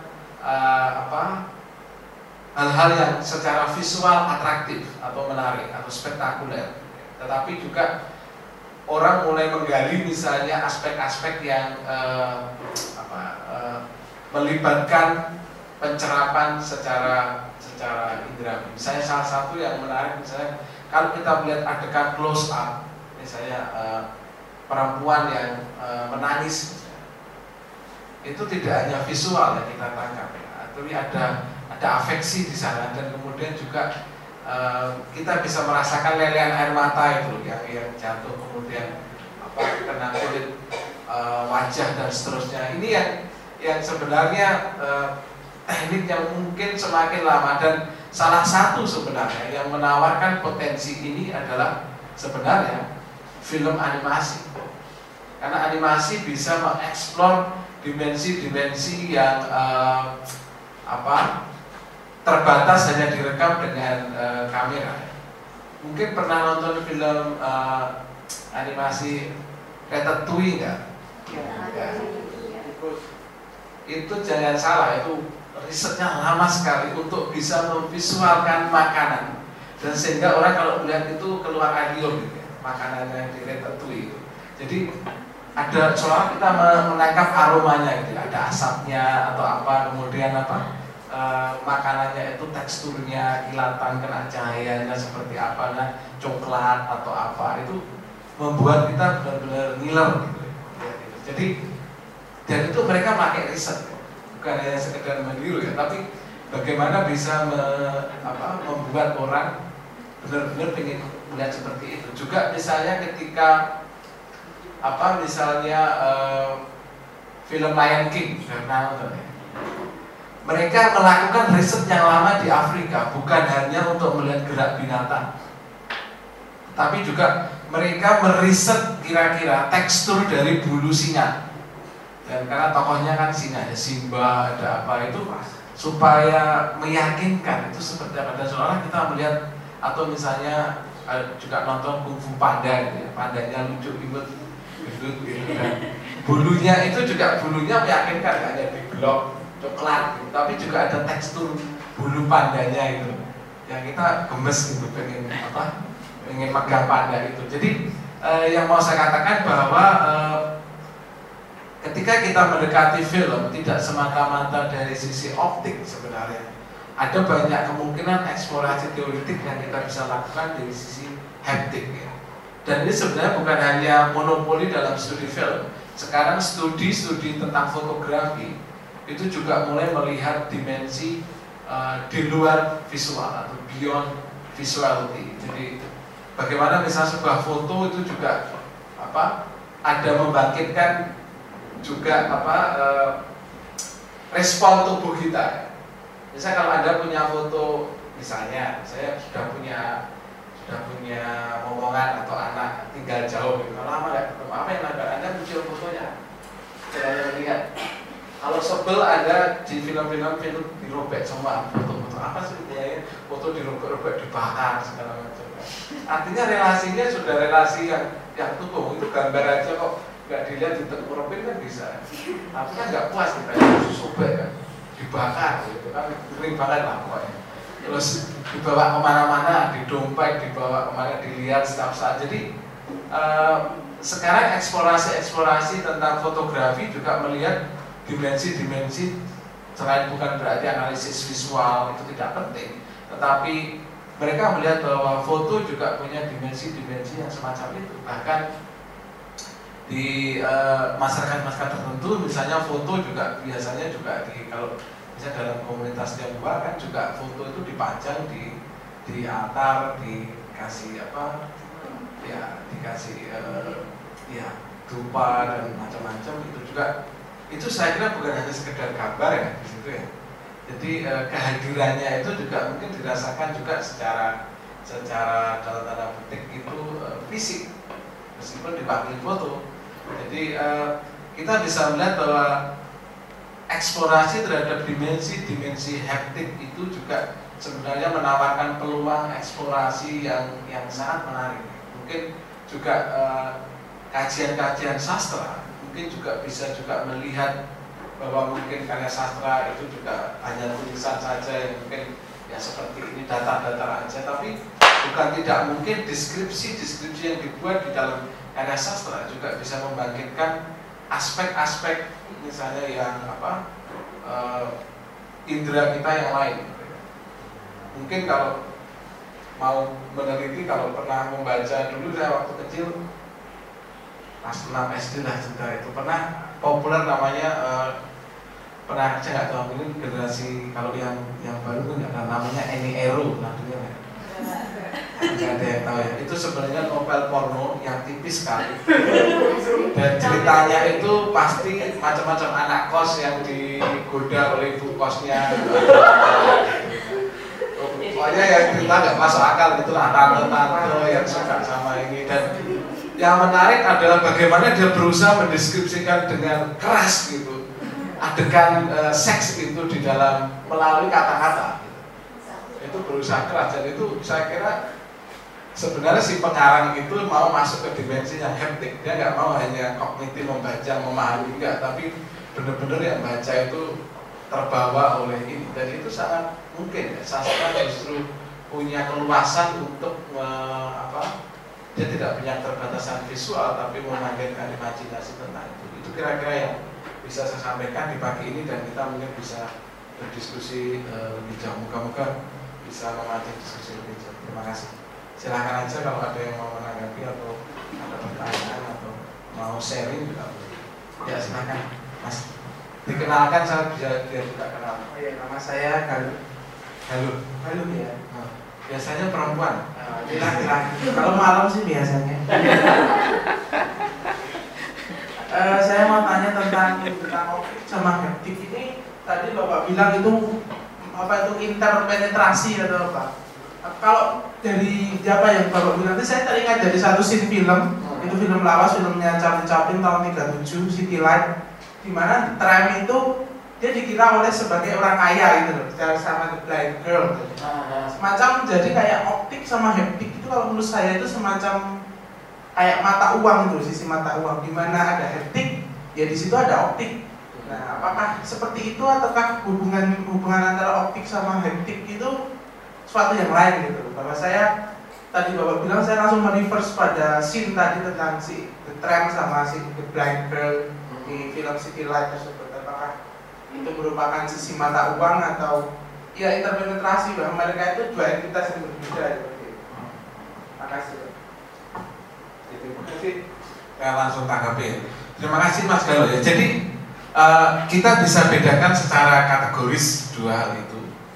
hal-hal yang secara visual atraktif atau menarik atau spektakuler, tetapi juga orang mulai menggali misalnya aspek-aspek yang melibatkan pencerapan secara indera. Misalnya salah satu yang menarik, misalnya kalau kita melihat adegan close up, misalnya perempuan yang menangis, itu tidak hanya visual yang kita tangkap ya, tapi ada afeksi di sana, dan kemudian juga kita bisa merasakan lelehan air mata itu yang jatuh kemudian kena kulit, wajah dan seterusnya. Ini yang sebenarnya teknik yang mungkin semakin lama, dan salah satu sebenarnya yang menawarkan potensi ini adalah sebenarnya film animasi. Karena animasi bisa mengeksplor dimensi-dimensi yang terbatas hanya direkam dengan kamera. Mungkin pernah nonton film animasi Ratatouille nggak? Ya. Itu jangan salah, itu risetnya lama sekali untuk bisa memvisualkan makanan, dan sehingga orang kalau melihat itu keluar air liur gitu ya, makanannya di Ratatouille itu. Jadi ada seolah kita menangkap aromanya gitu, ada asapnya atau apa, kemudian makanannya itu teksturnya, kilatan, kena cahayanya seperti apa, nah coklat atau apa, itu membuat kita benar-benar ngiler gitu. Jadi dan itu mereka pakai riset, bukan hanya sekedar meniru ya, tapi bagaimana bisa membuat orang benar-benar ingin melihat seperti itu. Juga misalnya ketika film Lion King, mereka melakukan riset yang lama di Afrika, bukan hanya untuk melihat gerak binatang, tapi juga mereka meriset kira-kira tekstur dari bulu singa. Dan karena tokohnya kan singa, ada Simba, ada apa, itu supaya meyakinkan itu seperti apa. Dan seolah kita melihat, atau misalnya juga nonton Kung Fu Panda gitu ya, pandanya lucu, imut, gendut gitu, dan bulunya itu juga bulunya meyakinkan, hanya di blok coklat gitu, tapi juga ada tekstur bulu pandanya itu yang kita gemes gitu, pengen megang panda itu. Jadi yang mau saya katakan bahwa ketika kita mendekati film tidak semata-mata dari sisi optik sebenarnya, ada banyak kemungkinan eksplorasi teoretik yang kita bisa lakukan dari sisi haptik ya. Dan ini sebenarnya bukan hanya monopoli dalam studi film. Sekarang studi tentang fotografi itu juga mulai melihat dimensi di luar visual atau beyond visuality. Jadi bagaimana misalnya sebuah foto itu juga ada membangkitkan juga respon tubuh kita. Misalnya kalau Anda punya foto, misalnya saya sudah punya momongan atau anak tinggal jauh, kalau lama nggak ketemu, apa yang Anda muncul fotonya, saya lihat. Kalau sebel ada di film-film dirobek semua foto-foto apa sih ya, foto dirobek-robek, dibakar segala macam. Artinya relasinya sudah relasi yang tubuh, itu gambar aja kok nggak dilihat ditengkurupin kan bisa. Tapi kan nggak puas kita, sobek kan, dibakar gitu kan, kering banget lah pokoknya. Terus dibawa kemana-mana, didompet, dibawa kemana, dilihat setiap saat. Jadi sekarang eksplorasi tentang fotografi juga melihat dimensi-dimensi, selain bukan berarti analisis visual itu tidak penting, tetapi mereka melihat bahwa foto juga punya dimensi-dimensi yang semacam itu. Bahkan di masyarakat-masyarakat tertentu, misalnya foto juga biasanya juga kalau misalnya dalam komunitas Tionghoa kan juga foto itu dipajang di altar, dikasih dikasih dupa dan macam-macam. Itu juga, itu saya kira bukan hanya sekedar gambar ya di situ ya. Jadi kehadirannya itu juga mungkin dirasakan juga secara dalam tanda petik itu fisik, meskipun dipanggil foto. Jadi kita bisa melihat bahwa eksplorasi terhadap dimensi haptik itu juga sebenarnya menawarkan peluang eksplorasi yang sangat menarik. Mungkin juga kajian-kajian sastra mungkin juga bisa juga melihat bahwa mungkin karya sastra itu juga hanya tulisan saja yang mungkin ya seperti ini, datar-datar aja, tapi bukan tidak mungkin deskripsi yang dibuat di dalam karya sastra juga bisa membangkitkan aspek-aspek misalnya yang indera kita yang lain. Mungkin kalau mau meneliti, kalau pernah membaca dulu, saya waktu kecil pas 6 SD lah juga itu pernah populer namanya pernah, saya nggak tahu ini generasi, kalau yang baru kan nggak tahu, namanya Eni Eru, nah dengar ya? Nggak ada yang tahu ya. Itu sebenarnya novel porno yang tipis sekali dan ceritanya itu pasti macam-macam anak kos yang digoda oleh ibu kosnya. Pokoknya yang cerita nggak masuk akal, itulah tante-tante yang suka sama ini. Dan yang menarik adalah bagaimana dia berusaha mendeskripsikan dengan keras gitu adegan seks itu di dalam melalui kata-kata. Itu berusaha keras, dan itu saya kira sebenarnya si pengarang itu mau masuk ke dimensi yang haptik. Dia nggak mau hanya kognitif membaca, memahami, enggak, tapi benar-benar yang baca itu terbawa oleh ini. Dan itu sangat mungkin ya, sastra justru punya keluasan untuk dia tidak punya keterbatasan visual, tapi memainkan imajinasi tentang itu. Itu kira-kira yang bisa saya sampaikan di pagi ini, dan kita mungkin bisa berdiskusi lebih jauh. Moga-moga bisa memancing diskusi lebih jauh. Terima kasih. Silahkan aja kalau ada yang mau menanggapi atau ada pertanyaan atau mau sharing juga. Ya silahkan, Mas. Dikenalkan, saya biar juga kenal. Oh iya, nama saya Galuh. Galuh ya. Biasanya perempuan. Laki-laki. Kalau malam sih biasanya. Saya mau tanya tentang optik sama haptik ini. Tadi Bapak bilang itu interpenetrasi atau apa? Kalau dari siapa yang Bapak bilang itu, saya teringat dari satu scene film. Itu film lawas, filmnya Charlie Chaplin tahun 37, City Light, di mana tram itu dia dikira oleh sebagai orang kaya gitu loh, sama The Blind Girl gitu. Semacam jadi kayak optik sama haptik itu kalau menurut saya itu semacam kayak mata uang itu, sisi mata uang, di mana ada haptik ya di situ ada optik. Nah, apakah seperti itu ataukah hubungan antara optik sama haptik itu sesuatu yang lain gitu. Bahwa saya tadi Bapak bilang saya langsung mereverse pada scene tadi tentang si The Tramp sama si The Blind Girl di film City Light tersebut. Apakah itu merupakan sisi mata uang atau ya interpenetrasi bahwa mereka itu dua entitas yang berbeda seperti itu. Makasih. Terima kasih. Saya langsung tanggapi. Terima kasih Mas Galo ya. Jadi kita bisa bedakan secara kategoris dua hal itu.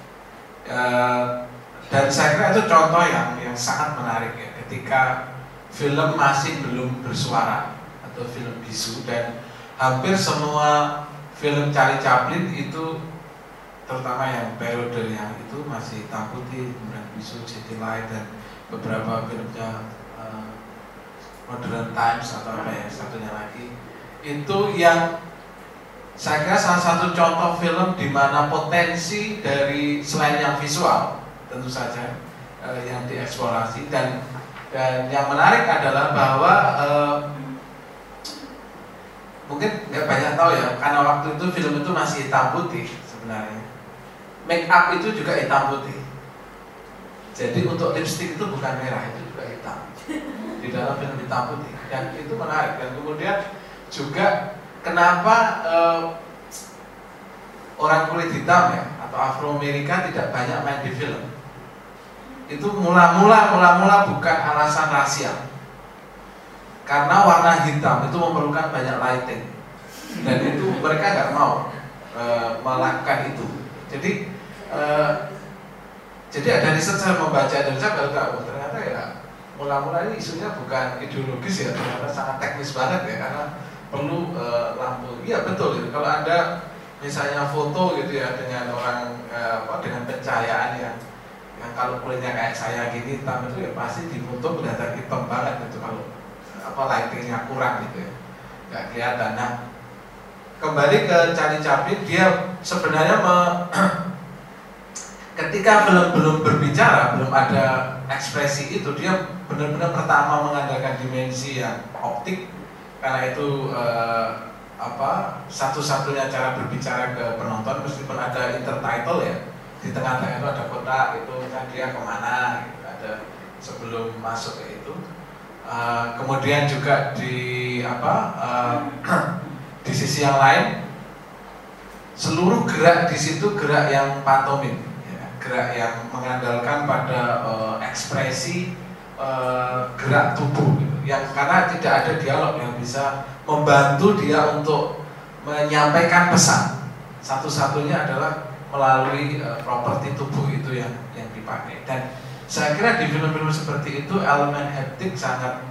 Dan saya kira itu contoh yang sangat menarik ya. Ketika film masih belum bersuara atau film bisu, dan hampir semua film Charlie Chaplin itu, terutama yang periode yang itu masih hitam putih, kemudian bisu, City Light, dan beberapa filmnya Modern Times atau apa ya satunya lagi, itu yang saya kira salah satu contoh film di mana potensi dari selain yang visual tentu saja yang dieksplorasi, dan yang menarik adalah bahwa mungkin nggak banyak tahu ya, karena waktu itu film itu masih hitam putih sebenarnya. Make up itu juga hitam putih. Jadi untuk lipstick itu bukan merah, itu juga hitam. Di dalam film hitam putih, dan itu menarik. Dan kemudian juga kenapa orang kulit hitam ya atau Afro-Amerika tidak banyak main di film. Itu mula-mula bukan alasan rasial. Karena warna hitam itu memerlukan banyak lighting, dan itu mereka nggak mau melakukan itu. Jadi ada riset saya membaca, dan saya baru tahu ternyata ya mula-mula ini isunya bukan ideologis ya, ternyata sangat teknis banget ya, karena perlu lampu. Iya betul. Gitu. Kalau Anda misalnya foto gitu ya dengan orang dengan pencahayaan yang kalau kulitnya kayak saya gini hitam, itu ya pasti di foto kelihatan hitam banget itu kalau lightingnya kurang gitu ya, nggak kelihatan. Nah, kembali ke Charlie Chaplin, dia sebenarnya ketika belum berbicara, belum ada ekspresi itu, dia benar-benar pertama mengandalkan dimensi yang optik, karena itu satu-satunya cara berbicara ke penonton, meskipun ada intertitle ya, di tengah-tengah itu ada kotak, itu kan dia kemana gitu, ada sebelum masuk ke itu. Kemudian juga di di sisi yang lain, seluruh gerak di situ gerak yang pantomim, ya, gerak yang mengandalkan pada ekspresi gerak tubuh, gitu. Yang karena tidak ada dialog yang bisa membantu dia untuk menyampaikan pesan. Satu-satunya adalah melalui properti tubuh itu yang dipakai. Dan saya kira di film-film seperti itu elemen haptik sangat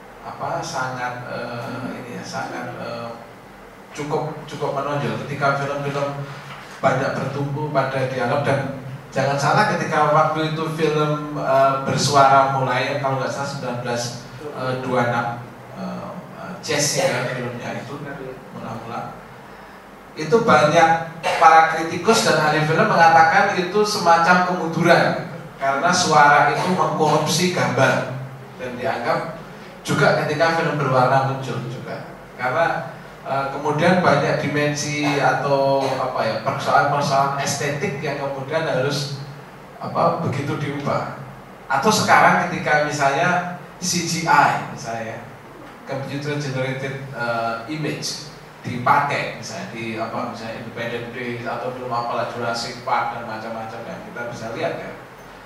cukup menonjol ketika film-film banyak bertumbuh pada dialog. Dan jangan salah, ketika waktu itu film bersuara mulai, kalau nggak salah 1926 Jazz ya filmnya itu mula-mula, itu banyak para kritikus dan ahli film mengatakan itu semacam kemunduran, karena suara itu mengkorupsi gambar, dan dianggap juga ketika film berwarna muncul juga, karena kemudian banyak dimensi atau persoalan-persoalan estetik yang kemudian harus begitu diubah. Atau sekarang ketika misalnya CGI, misalnya computer generated image dipakai, misalnya di misalnya Independent Day atau film apalah Jurassic Park dan macam-macam yang kita bisa lihat ya.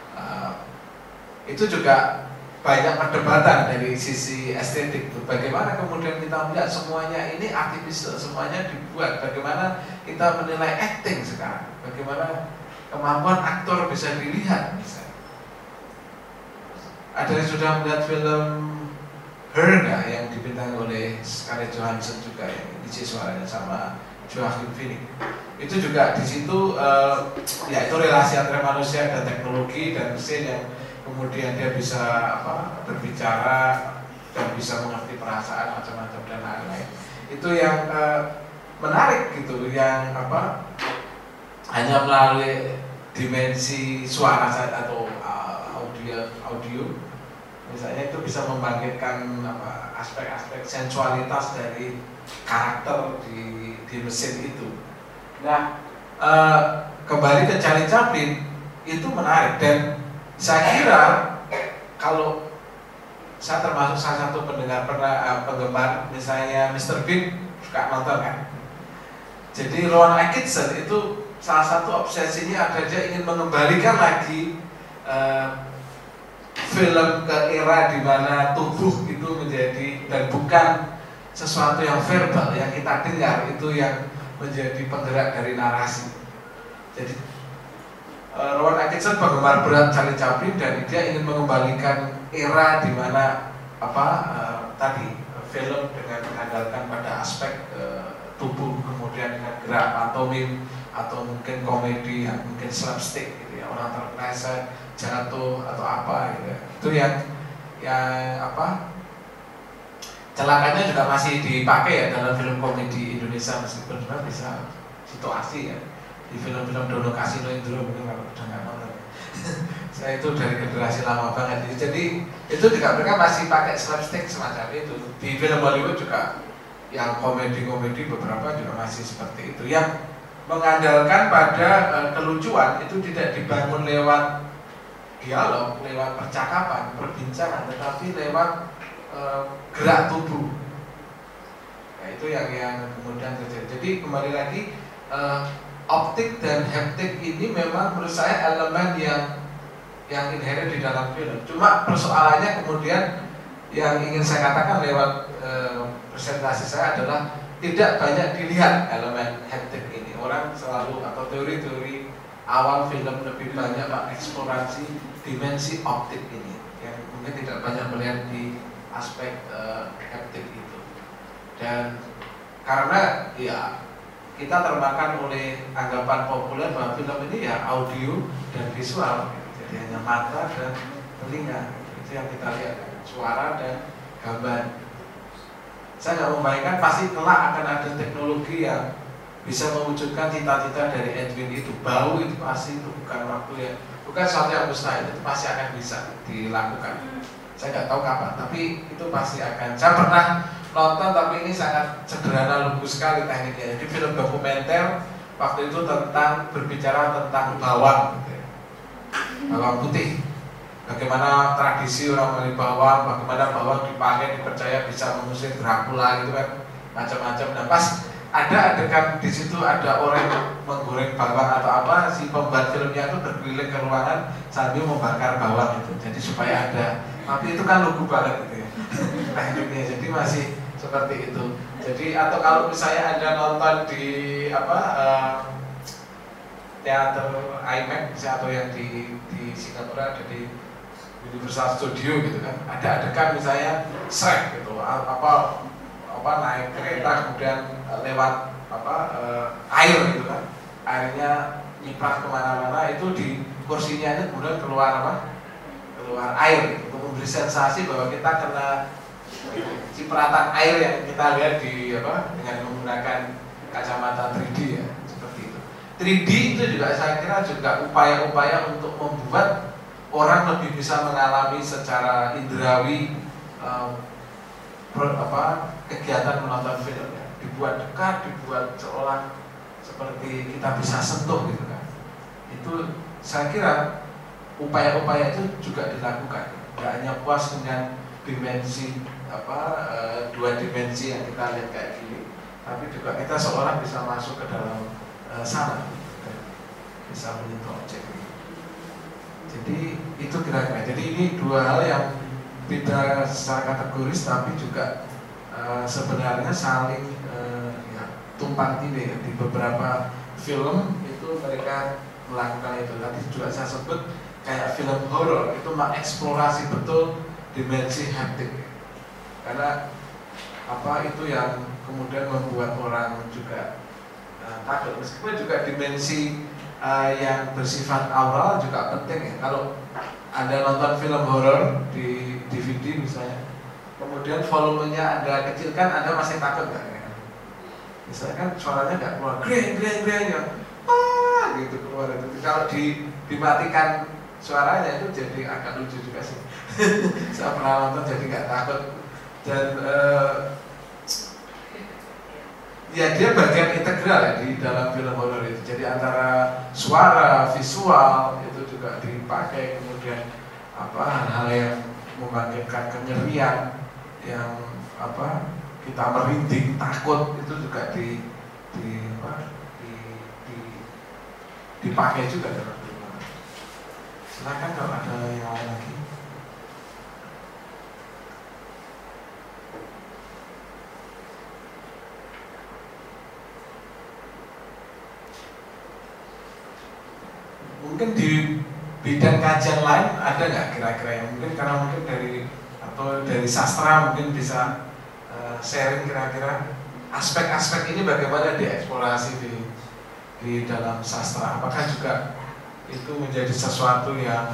Itu juga banyak perdebatan dari sisi estetik. Bagaimana kemudian kita melihat semuanya ini artificial, semuanya dibuat. Bagaimana kita menilai acting sekarang? Bagaimana kemampuan aktor bisa dilihat misalnya. Ada yang sudah melihat film Her nggak, yang dibintangi oleh Scarlett Johansson juga, yang isi suaranya sama Joaquin Phoenix. Itu juga di situ ya itu relasi antara manusia dan teknologi dan mesin yang kemudian dia bisa berbicara dan bisa mengerti perasaan macam-macam dan lain-lain. Itu yang menarik gitu, yang hanya melalui dimensi suara saja atau audio misalnya itu bisa membangkitkan aspek-aspek sensualitas dari karakter di mesin itu. Nah, kembali ke Charlie Chaplin, itu menarik. Dan Saya kira kalau saya termasuk salah satu penggemar misalnya Mr. Bean, suka nonton kan. Jadi Rowan Atkinson itu salah satu obsesinya ada, dia ingin mengembalikan lagi film ke era di mana tubuh itu menjadi, dan bukan sesuatu yang verbal yang kita dengar itu yang menjadi penggerak dari narasi. Jadi Rowan Atkinson penggemar berat Charlie Chaplin, dan dia ingin mengembalikan era di mana tadi film dengan mengandalkan pada aspek tubuh, kemudian dengan gerak pantomim atau mungkin komedi yang mungkin slapstick gitu ya, orang terpleset, jatuh atau apa gitu ya. Itu yang celakanya juga masih dipakai ya dalam film komedi Indonesia, meskipun sebenarnya bisa situasi ya. Di film-film Dono Kasino Indro mungkin kalau udah nggak nonton. Saya itu dari generasi lama banget, jadi itu juga mereka masih pakai slapstick semacam itu. Di film Hollywood juga yang komedi-komedi beberapa juga masih seperti itu, yang mengandalkan pada kelucuan, itu tidak dibangun lewat dialog, lewat percakapan, perbincangan, tetapi lewat gerak tubuh. Nah, itu yang kemudian terjadi. Jadi kembali lagi, optik dan haptik ini memang menurut saya elemen yang inherent di dalam film. Cuma persoalannya kemudian yang ingin saya katakan lewat presentasi saya adalah tidak banyak dilihat elemen haptik ini. Orang selalu, atau teori-teori awal film lebih banyak mengeksplorasi dimensi optik ini, yang mungkin tidak banyak melihat di aspek haptik itu. Dan karena ya kita termakan oleh anggapan populer bahwa film ini ya audio dan visual, jadi hanya mata dan telinga, itu yang kita lihat, suara dan gambar. Saya nggak membayangkan pasti kelak akan ada teknologi yang bisa mewujudkan cita-cita dari Edwin itu. Bau itu pasti, itu bukan waktu ya, bukan sesuatu yang mustahil, itu pasti akan bisa dilakukan. Saya nggak tahu kapan, tapi itu pasti akan. Saya pernah nonton, tapi ini sangat sederhana, lugu sekali tekniknya. Jadi film dokumenter waktu itu tentang, berbicara tentang bawang gitu ya. Bawang putih, bagaimana tradisi orang membeli bawang, bagaimana bawang dipakai, dipercaya bisa mengusir Dracula gitu kan, macam-macam. Nah pas ada adegan di situ, ada orang menggoreng bawang atau apa, si pembuat filmnya itu berkeliling ke ruangan sambil membakar bawang itu, jadi supaya ada. Tapi itu kan lugu banget gitu ya tekniknya, jadi masih seperti itu. Jadi atau kalau misalnya Anda nonton di teater IMAX atau yang di Singapura ada di Universal Studio gitu kan, ada adegan misalnya Shrek gitu, naik kereta kemudian lewat air gitu kan, airnya nyiprat kemana-mana, itu di kursinya itu kemudian keluar air gitu, untuk memberi sensasi bahwa kita kena cipratan air yang kita lihat di dengan menggunakan kacamata 3D ya, seperti itu. 3D itu juga saya kira juga upaya-upaya untuk membuat orang lebih bisa mengalami secara indrawi kegiatan menonton film ya. Dibuat dekat, dibuat seolah seperti kita bisa sentuh gitu kan. Itu saya kira upaya-upaya itu juga dilakukan. Tidak hanya puas dengan dimensi dua dimensi yang kita lihat kayak gini, tapi juga kita seolah bisa masuk ke dalam sana, bisa menyentuh objek ini. Jadi itu kira-kira. Jadi ini dua hal yang tidak secara kategoris, tapi juga sebenarnya saling tumpang tindih ya. Di beberapa film itu mereka melakukan itu. Tadi juga saya sebut kayak film horor itu mengeksplorasi betul dimensi haptik, karena itu yang kemudian membuat orang juga takut. Meskipun juga dimensi yang bersifat aural juga penting ya. Kalau Anda nonton film horor di DVD misalnya, kemudian volumenya Anda kecilkan, Anda masih takut nggak? Misalnya kan suaranya nggak keluar, greng ya, gitu keluar itu. Kalau dimatikan suaranya itu jadi agak lucu juga sih. Saya pernah nonton jadi nggak takut. Dan ya dia bagian integral ya di dalam film horor itu. Jadi antara suara, visual itu juga dipakai, kemudian kemudian hal-hal yang membangkitkan kengerian, yang kita merinding, takut, itu juga dipakai juga dalam film. Silakan kalau ada yang lain lagi. Mungkin di bidang kajian lain ada nggak kira-kira yang mungkin karena mungkin dari sastra mungkin bisa sharing kira-kira aspek-aspek ini bagaimana dieksplorasi di dalam sastra? Apakah juga itu menjadi sesuatu yang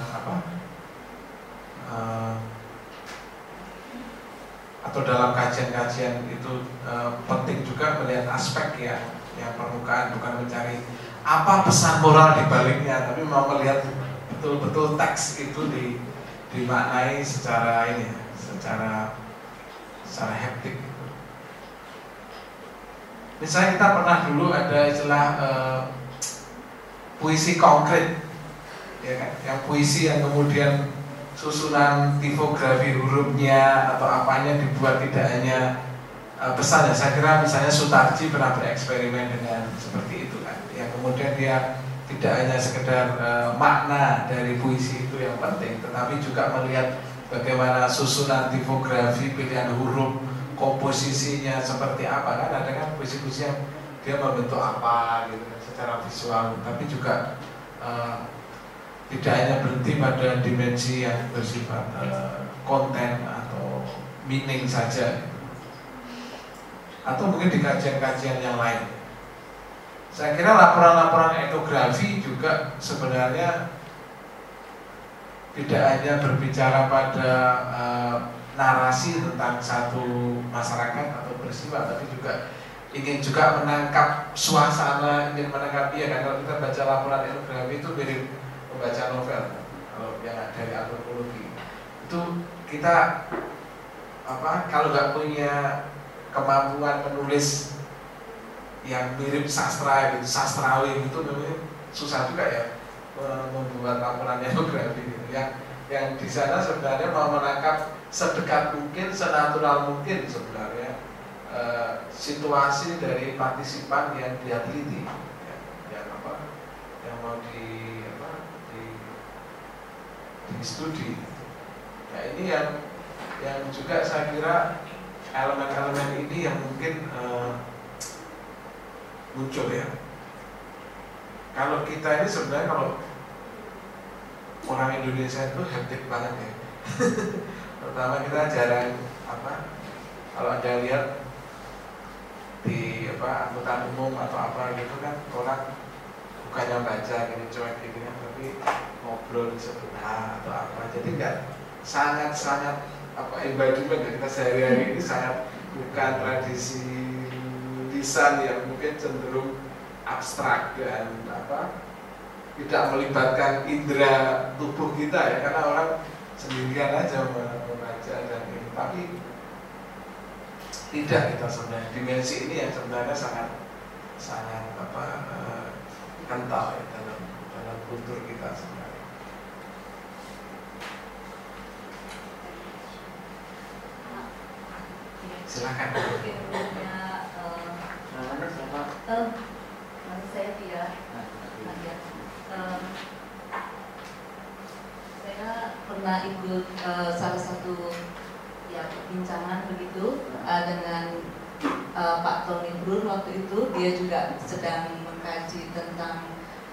atau dalam kajian-kajian itu penting juga melihat aspek yang permukaan, bukan mencari apa pesan moral di baliknya, tapi mau melihat betul-betul teks itu dimaknai secara haptik. Misalnya kita pernah dulu ada istilah puisi konkret, ya kan? Yang puisi yang kemudian susunan tipografi hurufnya atau apanya dibuat tidak hanya pesan. Ya, saya kira misalnya Sutarji pernah bereksperimen dengan seperti itu kan, yang kemudian dia tidak hanya sekedar makna dari puisi itu yang penting, tetapi juga melihat bagaimana susunan tipografi, pilihan huruf, komposisinya seperti apa. Kan ada kan puisi-puisi yang dia membentuk apa gitu kan secara visual, tapi juga tidak hanya berhenti pada dimensi yang bersifat konten atau meaning saja, atau mungkin di kajian-kajian yang lain. Saya kira laporan-laporan etnografi juga sebenarnya tidak hanya berbicara pada narasi tentang satu masyarakat atau peristiwa, tapi juga ingin juga menangkap suasana, ingin menangkap kan. Kalau kita baca laporan etnografi itu mirip membaca novel, kalau yang dari antropologi itu kita kalau nggak punya kemampuan menulis yang mirip sastra gitu, sastrawi itu memang susah juga ya membuat laporan etnografi gitu. Yang di sana sebenarnya mau menangkap sedekat mungkin, senatural mungkin sebenarnya situasi dari partisipan yang dia teliti, yang mau di studi. Nah ini yang juga saya kira elemen-elemen ini yang mungkin muncul ya. Kalau kita ini sebenarnya kalau orang Indonesia itu hektik banget ya. Pertama kita jarang kalau Anda lihat di angkutan umum atau apa gitu kan, orang bukannya baca gini cuek gini kan, tapi ngobrol sebentar atau apa. Jadi enggak sangat embodiment ya, kita sehari-hari ini sangat bukan tradisi lisan yang mungkin cenderung abstrak dan tidak melibatkan indera tubuh kita ya, karena orang sendirian aja membaca dan ini, tapi tidak kita sebenarnya dimensi ini yang sebenarnya sangat kental ya dalam kultur kita sebenarnya. Silakan. Saya Tia. Saya pernah ikut salah satu perbincangan begitu dengan Pak Tony Brun waktu itu. Dia juga sedang mengkaji tentang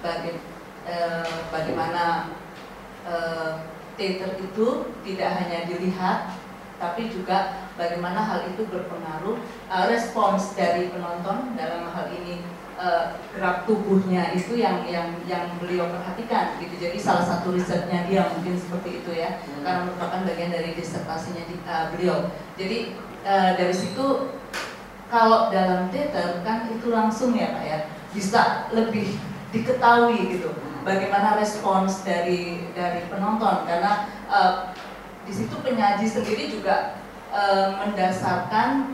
bagaimana teater itu tidak hanya dilihat, tapi juga bagaimana hal itu berpengaruh respons dari penonton dalam hal ini. Gerak tubuhnya itu yang beliau perhatikan gitu. Jadi salah satu risetnya dia mungkin seperti itu ya, karena merupakan bagian dari disertasinya beliau. Jadi dari situ kalau dalam teater kan itu langsung ya Pak ya, bisa lebih diketahui gitu bagaimana respons dari penonton, karena di situ penyaji sendiri juga mendasarkan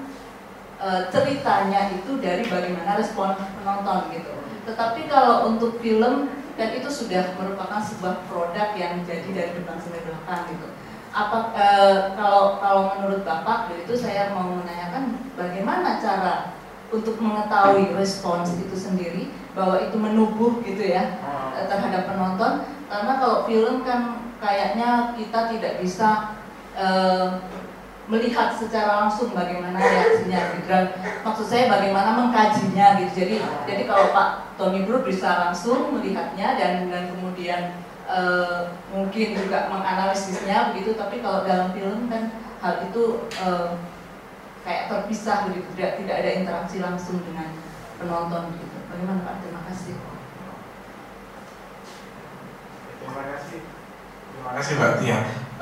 ceritanya itu dari bagaimana respon penonton gitu. Tetapi kalau untuk film dan itu sudah merupakan sebuah produk yang jadi dari depan sampai belakang gitu. Kalau menurut Bapak itu saya mau menanyakan bagaimana cara untuk mengetahui respons itu sendiri bahwa itu menubuh gitu ya terhadap penonton, karena kalau film kan kayaknya kita tidak bisa melihat secara langsung bagaimana reaksinya gitu. Maksud saya bagaimana mengkajinya gitu. Jadi kalau Pak Tony Brook bisa langsung melihatnya dan kemudian mungkin juga menganalisisnya begitu, tapi kalau dalam film kan hal itu kayak terpisah begitu, tidak ada interaksi langsung dengan penonton gitu. Bagaimana Pak? Terima kasih. Terima kasih Mbak Tia.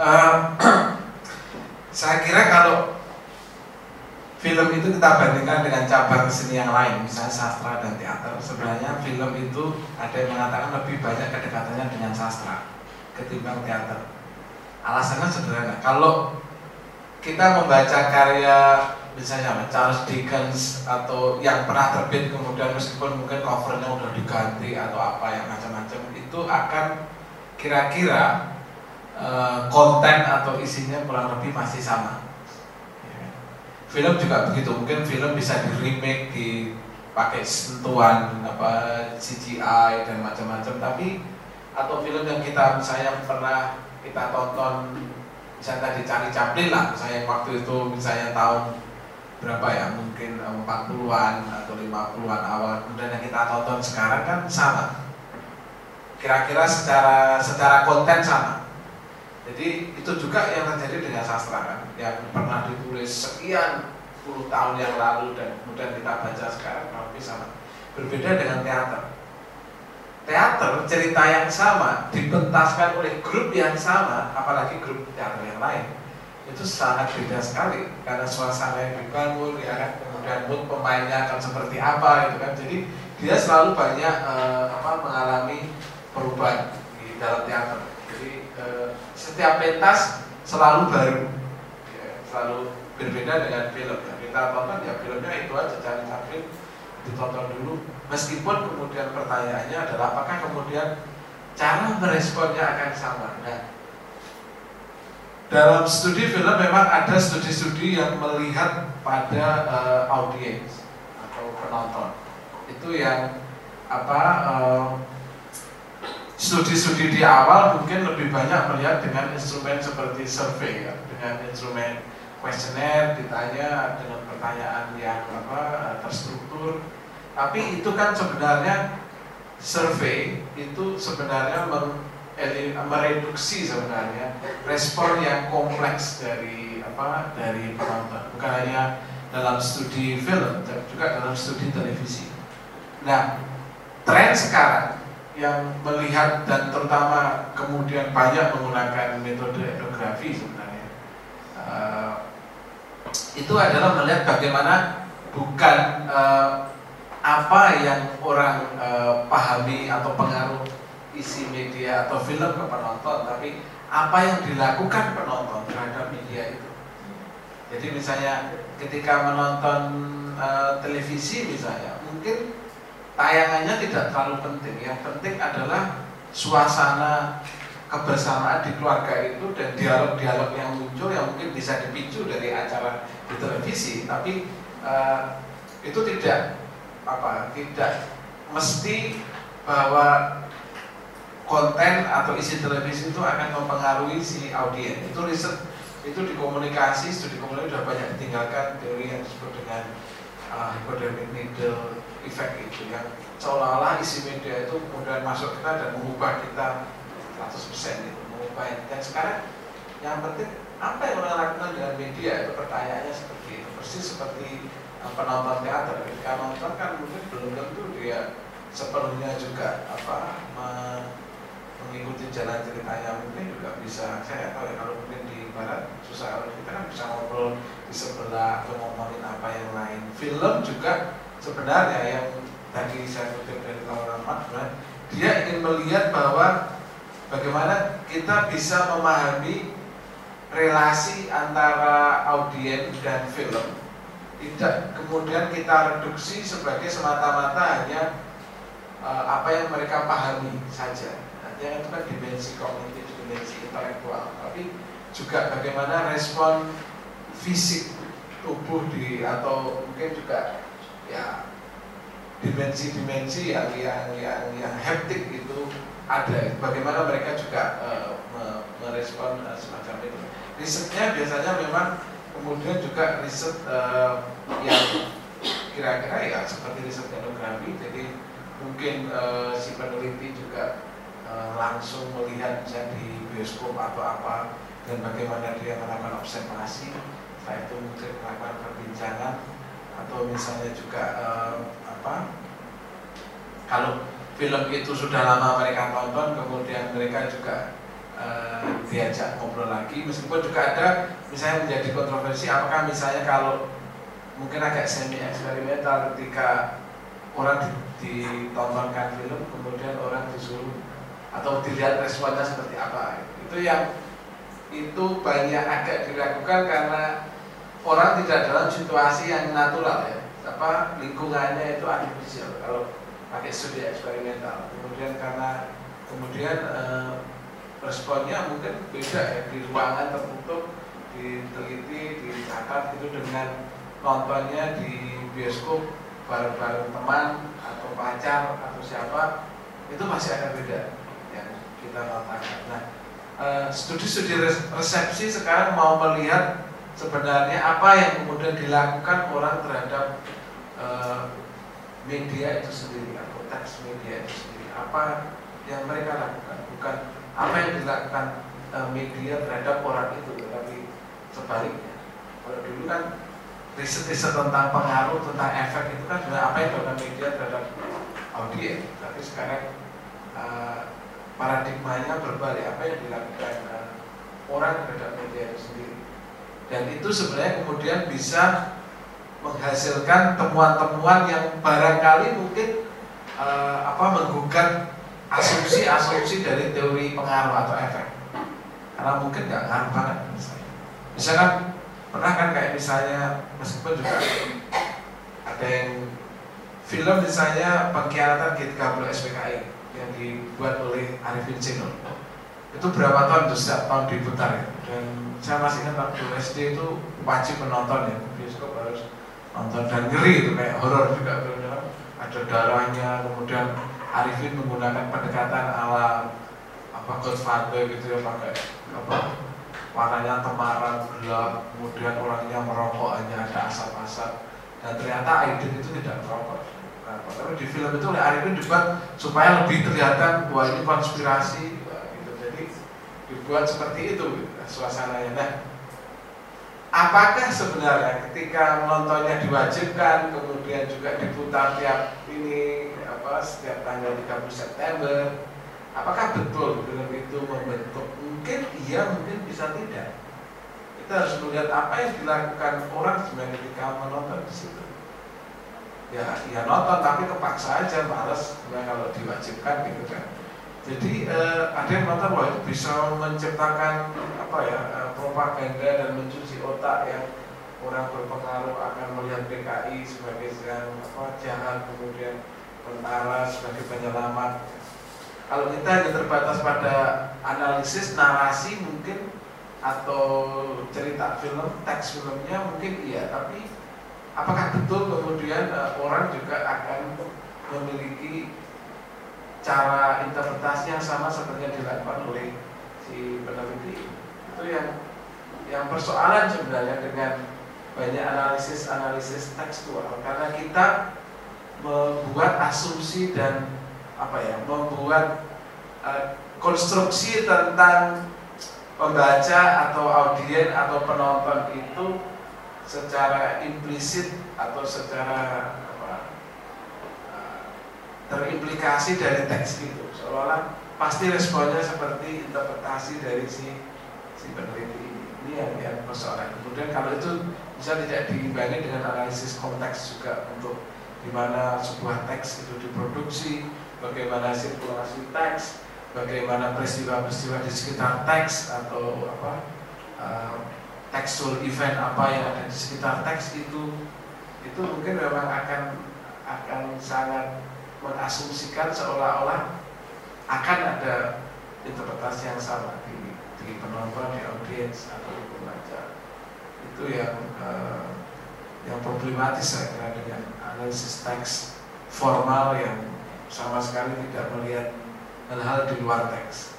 Saya kira kalau film itu kita bandingkan dengan cabang seni yang lain, misalnya sastra dan teater, sebenarnya film itu ada yang mengatakan lebih banyak kedekatannya dengan sastra ketimbang teater. Alasannya sederhana, kalau kita membaca karya misalnya Charles Dickens atau yang pernah terbit kemudian meskipun mungkin covernya udah diganti atau apa yang macam-macam, itu akan kira-kira konten atau isinya kurang lebih masih sama. Film juga begitu, mungkin film bisa di remake, dipakai sentuhan CGI dan macam-macam, tapi atau film yang misalnya pernah kita tonton, misalnya tadi Charlie Chaplin lah, misalnya waktu itu misalnya tahun berapa ya, mungkin 40-an atau 50-an awal, kemudian yang kita tonton sekarang kan sama, kira-kira secara konten sama. Jadi itu juga yang terjadi dengan sastra kan, yang pernah ditulis sekian puluh tahun yang lalu dan kemudian kita baca sekarang lebih sama. Berbeda dengan teater. Teater cerita yang sama dipentaskan oleh grup yang sama, apalagi grup teater yang lain, itu sangat beda sekali karena suasana yang dibangun, ya kan, kemudian mood pemainnya akan seperti apa gitu kan. Jadi dia selalu banyak mengalami perubahan di dalam teater. Jadi setiap pentas selalu baru, ya, selalu berbeda dengan film. Ya, kita tonton ya filmnya itu aja, Charlie Chaplin ditonton dulu. Meskipun kemudian pertanyaannya adalah apakah kemudian cara meresponnya akan sama. Nah, dalam studi film memang ada studi-studi yang melihat pada audiens atau penonton. Itu yang studi-studi di awal mungkin lebih banyak melihat dengan instrumen seperti survei ya, dengan instrumen kuesioner, ditanya dengan pertanyaan yang terstruktur. Tapi itu kan sebenarnya survei itu sebenarnya mereduksi sebenarnya respon yang kompleks dari penonton, bukan hanya dalam studi film, tapi juga dalam studi televisi. Nah, tren sekarang yang melihat dan terutama kemudian banyak menggunakan metode etnografi sebenarnya itu adalah melihat bagaimana bukan apa yang orang pahami atau pengaruh isi media atau film ke penonton, tapi apa yang dilakukan penonton terhadap media itu. Jadi misalnya ketika menonton televisi misalnya, mungkin tayangannya tidak terlalu penting, yang penting adalah suasana kebersamaan di keluarga itu dan dialog-dialog yang muncul yang mungkin bisa dipicu dari acara di televisi, tapi itu tidak mesti bahwa konten atau isi televisi itu akan mempengaruhi si audiens. Itu riset, itu di komunikasi, studi komunikasi sudah banyak ditinggalkan teori yang disebut dengan hypodermic needle effect itu, yang seolah-olah isi media itu kemudian masuk kita dan mengubah kita 100% gitu, mengubah. Dan sekarang yang penting apa yang orang lakukan dengan media itu, pertanyaannya seperti itu, persis seperti penonton teater. Ketika nonton kan mungkin belum tentu dia sepenuhnya juga mengikuti jalan ceritanya, mungkin juga bisa, saya nggak tahu ya, kalau mungkin di barat susah, kalau kita kan bisa ngobrol di sebelah atau ngomongin apa yang lain. Film juga sebenarnya yang tadi saya kutip dari Laura Rahmat, dia ingin melihat bahwa bagaimana kita bisa memahami relasi antara audiens dan film, tidak kemudian kita reduksi sebagai semata-mata hanya apa yang mereka pahami saja. Artinya itu kan dimensi kognitif, dimensi intelektual, tapi juga bagaimana respon fisik tubuh atau mungkin juga ya dimensi-dimensi yang haptik itu ada. Bagaimana mereka juga merespon semacam itu. Risetnya biasanya memang kemudian juga riset yang kira-kira ya seperti riset etnografi. Jadi mungkin si peneliti juga langsung melihat misalnya di bioskop atau apa, dan bagaimana dia melakukan observasi. Setelah itu mungkin melakukan perbincangan, atau misalnya juga kalau film itu sudah lama mereka tonton, kemudian mereka juga diajak ngobrol lagi. Meskipun juga ada misalnya menjadi kontroversi, apakah misalnya kalau mungkin agak semi eksperimental ketika orang ditontonkan film, kemudian orang disuruh atau dilihat responnya seperti apa. Itu banyak agak dilakukan karena orang tidak dalam situasi yang natural ya, lingkungannya itu artificial kalau pakai studi eksperimental. Kemudian responnya mungkin beda ya, di ruangan tertutup, diteliti, dicatat itu dengan nontonnya di bioskop bareng-bareng teman atau pacar atau siapa, itu masih ada beda yang kita rasakan. Nah, studi-studi resepsi sekarang mau melihat sebenarnya apa yang kemudian dilakukan orang terhadap media itu sendiri atau teks media itu sendiri, apa yang mereka lakukan, bukan apa yang dilakukan media terhadap orang itu, tetapi sebaliknya. Kalau dulu kan riset-riset tentang pengaruh, tentang efek itu kan sebenarnya apa yang dilakukan media terhadap audiens, tapi sekarang paradigmanya berbalik, apa yang dilakukan orang terhadap media itu sendiri. Dan itu sebenarnya kemudian bisa menghasilkan temuan-temuan yang barangkali mungkin menggugat asumsi-asumsi dari teori pengaruh atau efek, karena mungkin nggak ngaruh banget misalkan pernah kan kayak misalnya, meskipun juga ada yang film misalnya Pengkhianatan G30 SPKI yang dibuat oleh Arifin Sinul, itu berapa tahun itu setiap tahun diputar ya. Dan saya masih ingat waktu SD itu wajib menonton ya, bioskop harus nonton, dan ngeri itu kayak horor juga, ada darahnya. Kemudian Arifin menggunakan pendekatan ala Godfather gitu ya, pakai warnanya temaram gelap, kemudian orangnya merokok, hanya ada asap-asap, dan ternyata Aiden itu tidak merokok. Tapi di film itu oleh Arifin dibuat supaya lebih kelihatan bahwa ini konspirasi gitu. Jadi dibuat seperti itu gitu, suasananya. Nah, apakah sebenarnya ketika menontonnya diwajibkan, kemudian juga diputar setiap tanggal 30 September, apakah betul film itu membentuk? Mungkin iya, mungkin bisa tidak. Kita harus melihat apa yang dilakukan orang sebenarnya ketika menonton di situ. Ya nonton, tapi kepaksa aja, males kalau diwajibkan gitu kan. Jadi ada yang nonton, wah itu bisa menciptakan propaganda dan mencuci otak yang orang berpengaruh akan melihat PKI sebagai jahat, kemudian tentara sebagai penyelamat. Kalau kita hanya terbatas pada analisis narasi mungkin, atau cerita film, teks filmnya mungkin iya, tapi apakah betul kemudian orang juga akan memiliki cara interpretasi yang sama seperti yang dilakukan oleh si peneliti? Itu yang persoalan sebenarnya dengan banyak analisis tekstual, karena kita membuat asumsi dan membuat konstruksi tentang pembaca atau audien atau penonton itu secara implisit atau secara terimplikasi dari teks itu, seolah-olah pasti responnya seperti interpretasi dari si peneliti. Ini yang persoalan. Kemudian kalau itu bisa tidak diimbangi dengan analisis konteks juga, untuk di mana sebuah teks itu diproduksi, bagaimana sirkulasi teks, bagaimana peristiwa-peristiwa di sekitar teks, atau textual event apa yang ada di sekitar teks itu mungkin memang akan sangat mengasumsikan seolah-olah akan ada interpretasi yang sama di penonton, di audiens atau di pembaca. Itu yang problematis saya kira dengan analisis teks formal yang sama sekali tidak melihat hal-hal di luar teks.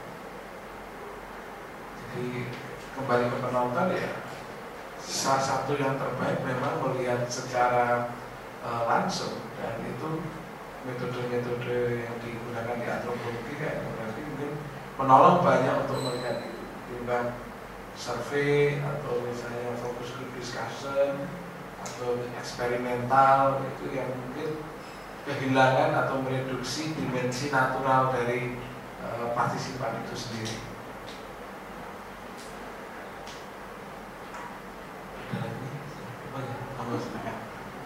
Jadi kembali ke penonton ya, salah satu yang terbaik memang melihat secara langsung, dan itu metode-metode yang digunakan di antropologi kayak berarti mungkin menolong banyak untuk melihat itu, timbang survei atau misalnya focus group discussion atau eksperimental itu yang mungkin kehilangan atau mereduksi dimensi natural dari partisipan itu sendiri. Ada lagi? Kamu silakan.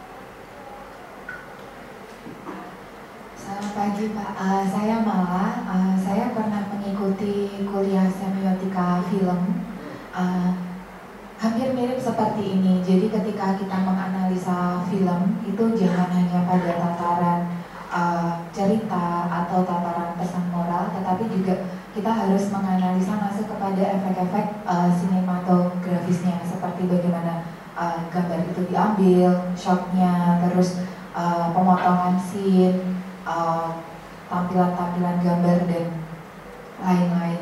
Selamat pagi Pak, saya Mala, saya pernah mengikuti kuliah semiotika film. Hampir mirip seperti ini. Jadi ketika kita menganalisa film itu jangan hanya pada tataran cerita atau tataran pesan moral, tetapi juga kita harus menganalisa masuk kepada efek-efek sinematografisnya, seperti bagaimana gambar itu diambil, shotnya, terus pemotongan scene, tampilan-tampilan gambar dan lain-lain.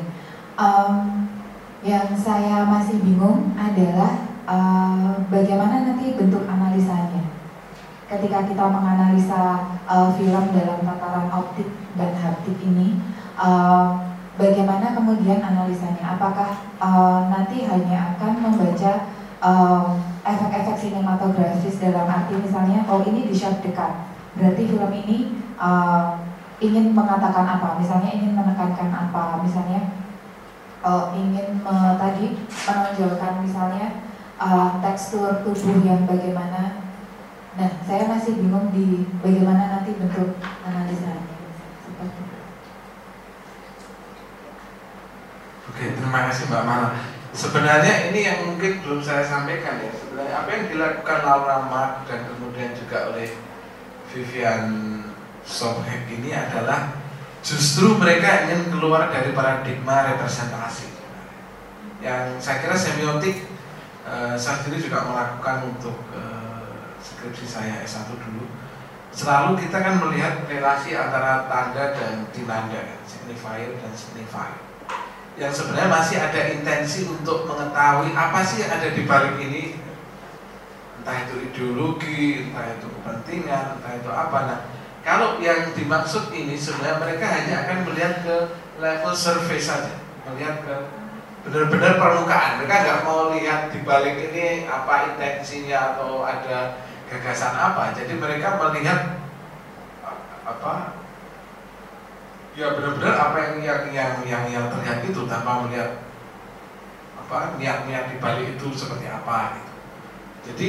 Yang saya masih bingung adalah bagaimana nanti bentuk analisanya. Ketika kita menganalisa film dalam tataran optik dan haptik ini, bagaimana kemudian analisanya? Apakah nanti hanya akan membaca efek-efek sinematografis dalam arti misalnya, oh ini di shot dekat, berarti film ini ingin mengatakan apa? Misalnya ingin menekankan apa? Misalnya ingin tadi menonjolkan misalnya tekstur tubuh yang bagaimana. Nah, saya masih bingung di bagaimana nanti bentuk analisanya. Seperti itu. Oke, terima kasih Mbak Mala. Sebenarnya ini yang mungkin belum saya sampaikan ya. Sebenarnya apa yang dilakukan Laura Mark dan kemudian juga oleh Vivian Sobek ini adalah justru mereka ingin keluar dari paradigma representasi. Yang saya kira semiotik, saya sendiri juga melakukan untuk skripsi saya S1 dulu. Selalu kita kan melihat relasi antara tanda dan tinanda, signifier dan signifier. Yang sebenarnya masih ada intensi untuk mengetahui apa sih yang ada di balik ini. Entah itu ideologi, entah itu kepentingan, entah itu apa. Nah, kalau yang dimaksud ini sebenarnya mereka hanya akan melihat ke level survei saja, melihat ke benar-benar permukaan. Mereka nggak mau lihat di balik ini apa intensinya atau ada gagasan apa. Jadi mereka melihat apa? Ya benar-benar apa yang terlihat itu tanpa melihat apa niat-niat di balik itu seperti apa. Gitu. Jadi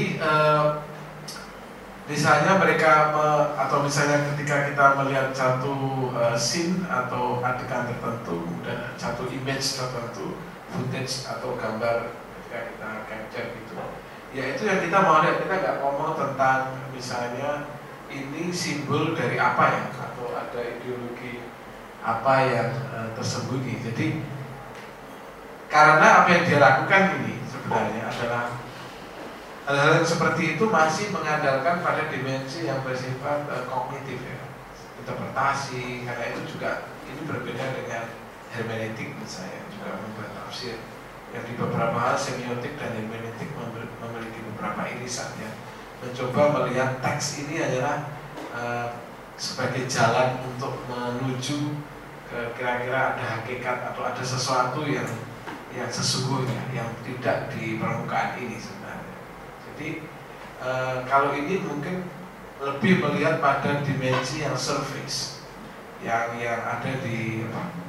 misalnya mereka atau misalnya ketika kita melihat satu scene atau adegan tertentu dan satu image tertentu, footage atau gambar ketika kita capture gitu, ya itu yang kita mau lihat. Kita nggak ngomong tentang misalnya ini simbol dari apa ya, atau ada ideologi apa yang tersembunyi. Jadi karena apa yang dia lakukan ini sebenarnya adalah hal-hal yang seperti itu masih mengandalkan pada dimensi yang bersifat kognitif ya, interpretasi. Karena itu juga ini berbeda dengan hermeneutik misalnya, juga membuat tafsir yang di beberapa hal semiotik dan hermeneutik memiliki beberapa irisan ya, mencoba melihat teks ini adalah sebagai jalan untuk menuju ke kira-kira ada hakikat atau ada sesuatu yang sesungguhnya yang tidak di permukaan ini sebenarnya. Jadi kalau ini mungkin lebih melihat pada dimensi yang surface, yang ada di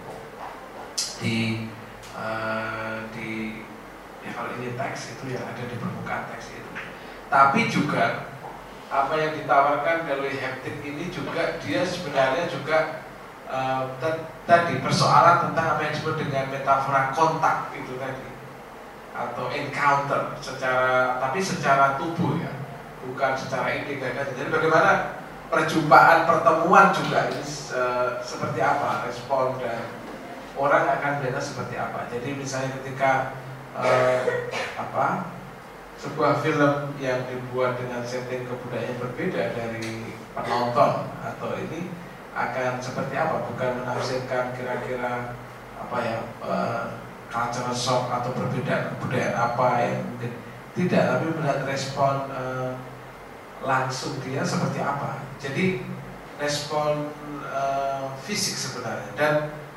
ya kalau ini teks itu yang ada di permukaan teks itu. Tapi juga apa yang ditawarkan dari haptik ini juga dia sebenarnya juga tadi persoalan tentang apa yang disebut dengan metafora kontak itu tadi, atau encounter tapi secara tubuh ya, bukan secara ide gagasan. Jadi bagaimana perjumpaan, pertemuan juga ini seperti apa respon dan orang akan melihat seperti apa. Jadi misalnya ketika sebuah film yang dibuat dengan setting kebudayaan berbeda dari penonton atau ini akan seperti apa, bukan menafsirkan kira-kira cultural shock atau perbedaan kebudayaan apa yang mungkin tidak, tapi melihat respon langsung dia seperti apa. Jadi respon fisik sebenarnya. Dan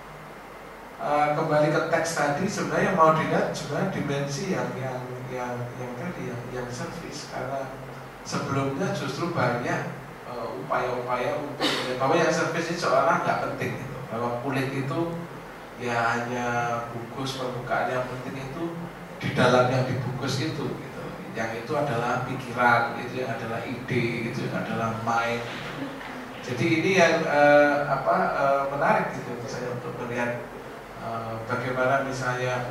kembali ke teks tadi, sebenarnya mau dilihat juga dimensi yang tadi yang service, karena sebelumnya justru banyak upaya-upaya untuk bahwa yang service ini seolah nggak penting gitu. Bahwa kulit itu ya hanya bungkus permukaan, yang penting itu di dalam yang dibungkus itu gitu. Yang itu adalah pikiran, itu yang adalah ide, itu yang adalah mind. Jadi ini yang menarik gitu misalnya untuk melihat bagaimana misalnya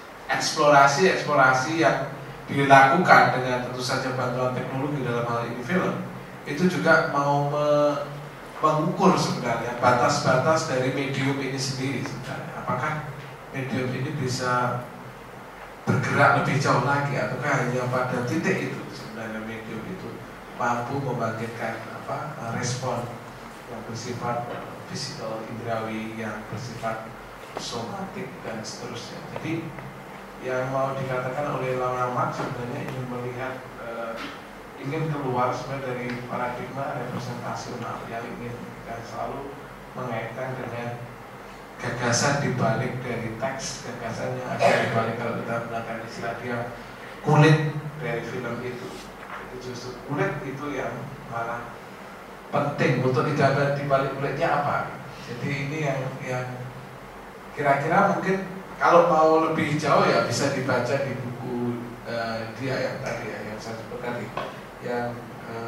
eksplorasi yang dilakukan dengan tentu saja bantuan teknologi dalam hal ini film, itu juga mau mengukur sebenarnya batas-batas dari medium ini sendiri sebenarnya. Apakah medium ini bisa bergerak lebih jauh lagi, ataukah hanya pada titik itu sebenarnya medium itu mampu membangkitkan respon yang bersifat fisikal, indrawi, yang bersifat somatik dan seterusnya. Jadi yang mau dikatakan oleh Laura Marx sebenarnya ingin melihat, ingin keluar sebenarnya dari paradigma representasional yang ingin selalu mengaitkan dengan gagasan dibalik dari teks, gagasan yang ada dibalik, kalau kita menggunakan istilah dia, kulit dari film itu. Itu justru kulit itu yang malah penting untuk dijaga dibalik kulitnya apa. Jadi ini yang kira-kira mungkin kalau mau lebih jauh ya bisa dibaca di buku dia yang tadi ya, yang saya sebut tadi, yang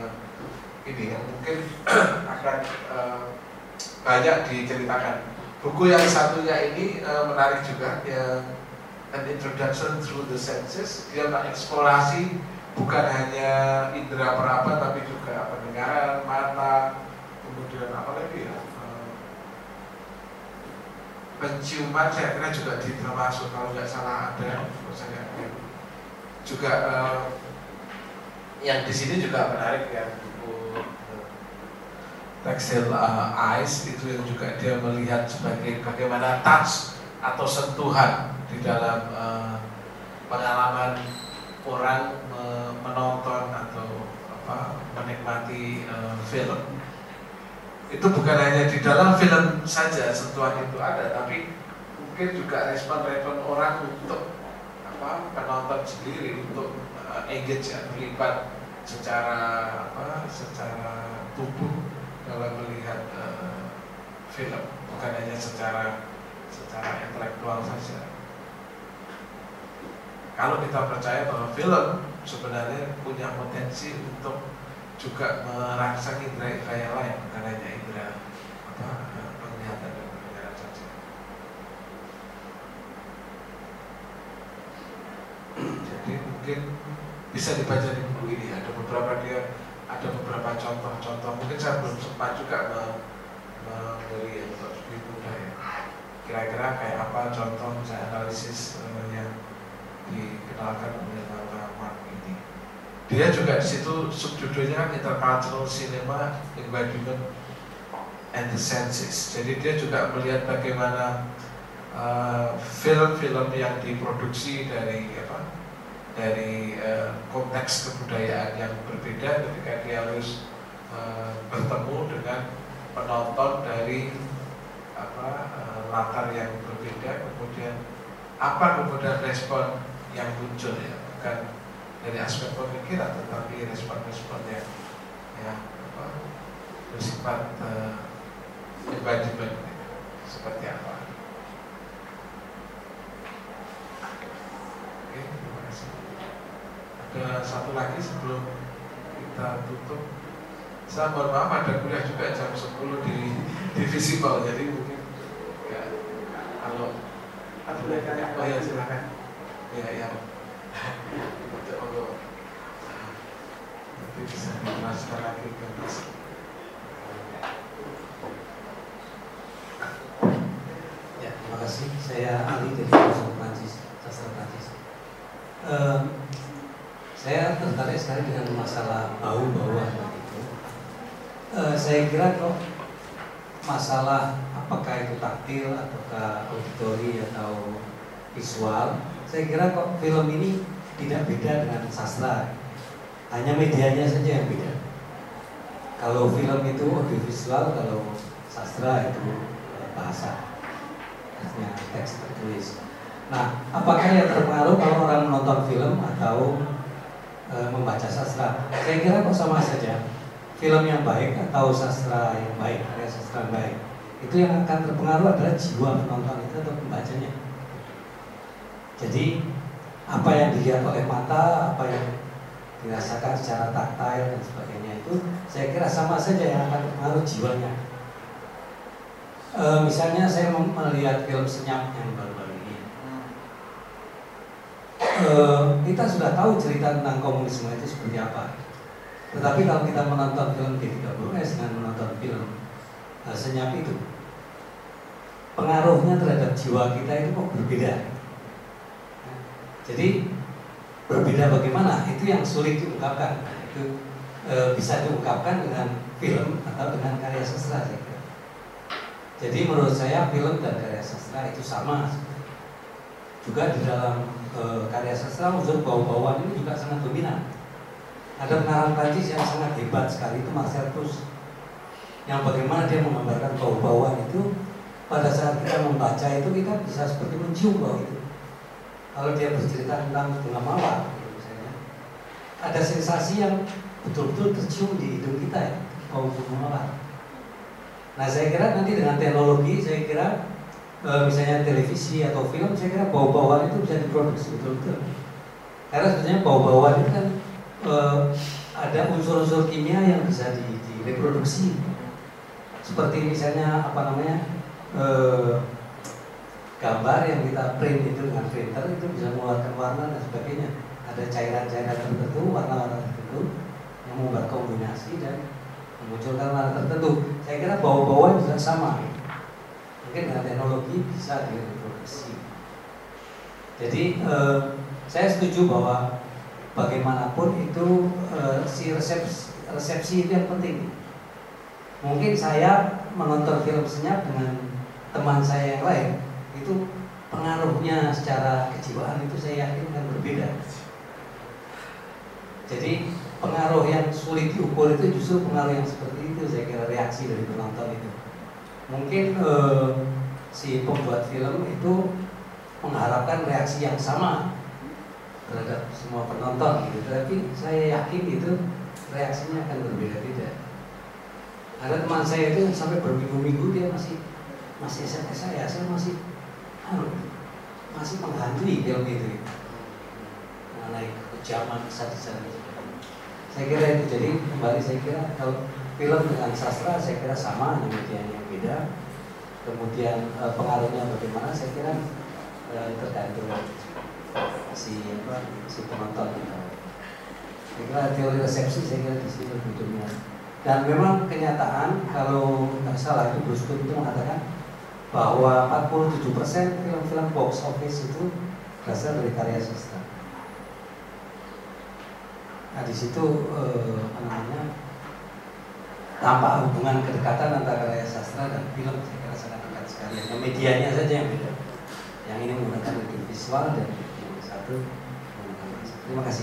ini yang mungkin akan banyak diceritakan. Buku yang satunya ini menarik juga, yang An Introduction Through the Senses. Dia mengeksplorasi bukan hanya indera peraba tapi juga pendengaran, mata, kemudian apa lagi ya, penciuman saya kira juga termasuk, kalau nggak salah ada saya juga yang di sini juga menarik ya, buku Tactile Eyes itu yang juga dia melihat sebagai bagaimana touch atau sentuhan di dalam pengalaman orang menonton atau menikmati film. Itu bukan hanya di dalam film saja sentuhan itu ada, tapi mungkin juga respon-respon orang untuk penonton sendiri untuk engage ya, terlibat secara tubuh dalam melihat film, bukan hanya secara intelektual saja. Kalau kita percaya bahwa film sebenarnya punya potensi untuk juga merangsang indera-indera yang lain, bukan hanya indera penglihatan dan pendengaran saja. Jadi mungkin bisa dibaca di buku ini, ada beberapa contoh-contoh. Mungkin saya belum sempat juga memberi untuk lebih mudah ya. Kira-kira kayak apa contoh misalnya analisis yang dikenalkan oleh Laura Marx ini. Dia juga di situ subjudulnya kan Intercultural Cinema Embodiment and the Senses. Jadi dia juga melihat bagaimana film-film yang diproduksi dari konteks kebudayaan yang berbeda, ketika dia harus bertemu dengan penonton dari latar yang berbeda, kemudian respon yang muncul ya, bukan dari aspek pemikiran, tetapi respon-respon yang bersifat embodiment seperti apa. Oke, terima kasih. Ada satu lagi sebelum kita tutup. Saya mohon maaf, ada kuliah juga jam 10 di Visible, jadi mungkin ya, kalau ada kuliah, oh ya silakan. Ya. Nanti bisa dijelaskan lagi ke Saya Ali dari Filsafat Prancis, sastra Prancis. Saya tertarik sekali dengan masalah bau-bauan itu. Saya kira kok masalah apakah itu taktil ataukah auditori atau visual, saya kira kok film ini tidak beda dengan sastra. Hanya medianya saja yang beda. Kalau film itu audiovisual, kalau sastra itu bahasa, artinya teks tertulis. Nah, apakah yang terpengaruh kalau orang menonton film atau membaca sastra? Saya kira kok sama saja. Film yang baik atau sastra yang baik, karya sastra yang baik, itu yang akan terpengaruh adalah jiwa penonton itu atau pembacanya. Jadi apa yang dilihat oleh mata, apa yang dirasakan secara taktil dan sebagainya itu, saya kira sama saja yang akan terpengaruh jiwanya. Misalnya saya melihat film Senyap yang baru-baru ini. Kita sudah tahu cerita tentang komunisme itu seperti apa. Tetapi kalau kita menonton film G30S dengan menonton film Senyap itu, pengaruhnya terhadap jiwa kita itu kok berbeda. Jadi berbeda bagaimana? Itu yang sulit diungkapkan. Itu bisa diungkapkan dengan film atau dengan karya sastra, saya kira. Jadi menurut saya film dan karya sastra itu sama. Juga di dalam karya sastra unsur bau-bauan ini juga sangat dominan. Ada pengarang Prancis yang sangat hebat sekali, itu Marcel Proust, yang bagaimana dia menggambarkan bau-bauan itu. Pada saat kita membaca itu kita bisa seperti mencium bau itu. Kalau dia bercerita tentang bunga mawar, misalnya, ada sensasi yang betul-betul tercium di hidung kita, ya, bau bunga mawar. Nah, saya kira nanti dengan teknologi, saya kira misalnya televisi atau film, saya kira bau-bauan itu bisa diproduksi betul-betul. Karena sebenarnya bau-bauan itu kan ada unsur-unsur kimia yang bisa direproduksi. Seperti misalnya apa namanya, gambar yang kita print itu dengan printer itu bisa mengeluarkan warna dan sebagainya. Ada cairan-cairan tertentu, warna-warna tertentu yang membuat kombinasi dan memunculkan warna tertentu. Saya kira bau-bauan juga sama. Mungkin dengan teknologi bisa direproduksi. Jadi saya setuju bahwa bagaimanapun itu si resepsi itu yang penting. Mungkin saya menonton film Senyap dengan teman saya yang lain, itu pengaruhnya secara kejiwaan itu saya yakin akan berbeda. Jadi pengaruh yang sulit diukur itu justru pengaruh yang seperti itu, saya kira reaksi dari penonton itu. Mungkin si pembuat film itu mengharapkan reaksi yang sama terhadap semua penonton gitu, tapi saya yakin itu reaksinya akan berbeda-beda. Ada teman saya itu sampai berminggu-minggu dia masih SMS saya masih menghantui film itu mengenai kejaman kesadisan itu. Saya kira itu. Jadi kembali saya kira kalau film dengan sastra saya kira sama, hanya medianya yang beda. Kemudian pengaruhnya bagaimana saya kira tergantung si penonton. Saya kira teori resepsi saya kira di sini bentuknya. Dan memang kenyataan kalau nggak salah itu Bruce Kuhn itu mengatakan bahwa 47% film-film box office itu berasal dari karya sastra. Nah di situ tampak hubungan kedekatan antara karya sastra dan film, saya kira sangat dekat sekali. Hanya medianya saja yang beda. Yang ini menggunakan media visual dan yang satu menggunakan. Terima kasih.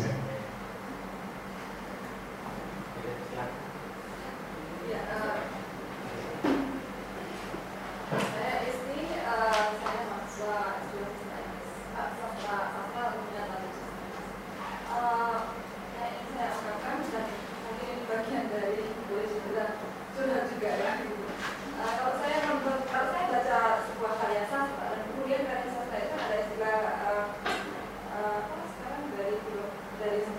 dari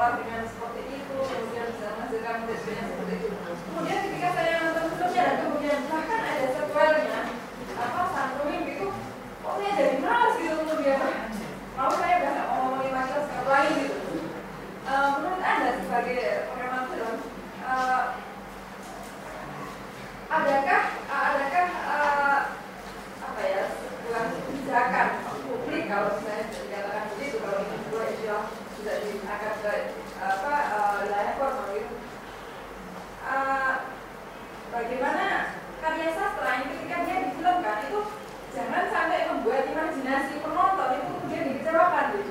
keluar dengan seperti itu, kemudian bisa menghasilkan model yang seperti itu. Kemudian ketika saya nonton filmnya dan kemudian bahkan ada sequelnya, Santorin itu, kok saya jadi malas gitu kemudian. Mau saya udah nggak mau ngomongin masalah sekali lagi gitu. Menurut Anda sebagai pengamat film, adakah sebuah kebijakan publik kalau misalnya dikatakan begitu, kalau itu sebuah istilah sudah diangkat ke wilayah formal gitu, bagaimana karya sastra yang ketika dia difilmkan itu jangan sampai membuat imajinasi penonton itu kemudian dikecewakan gitu.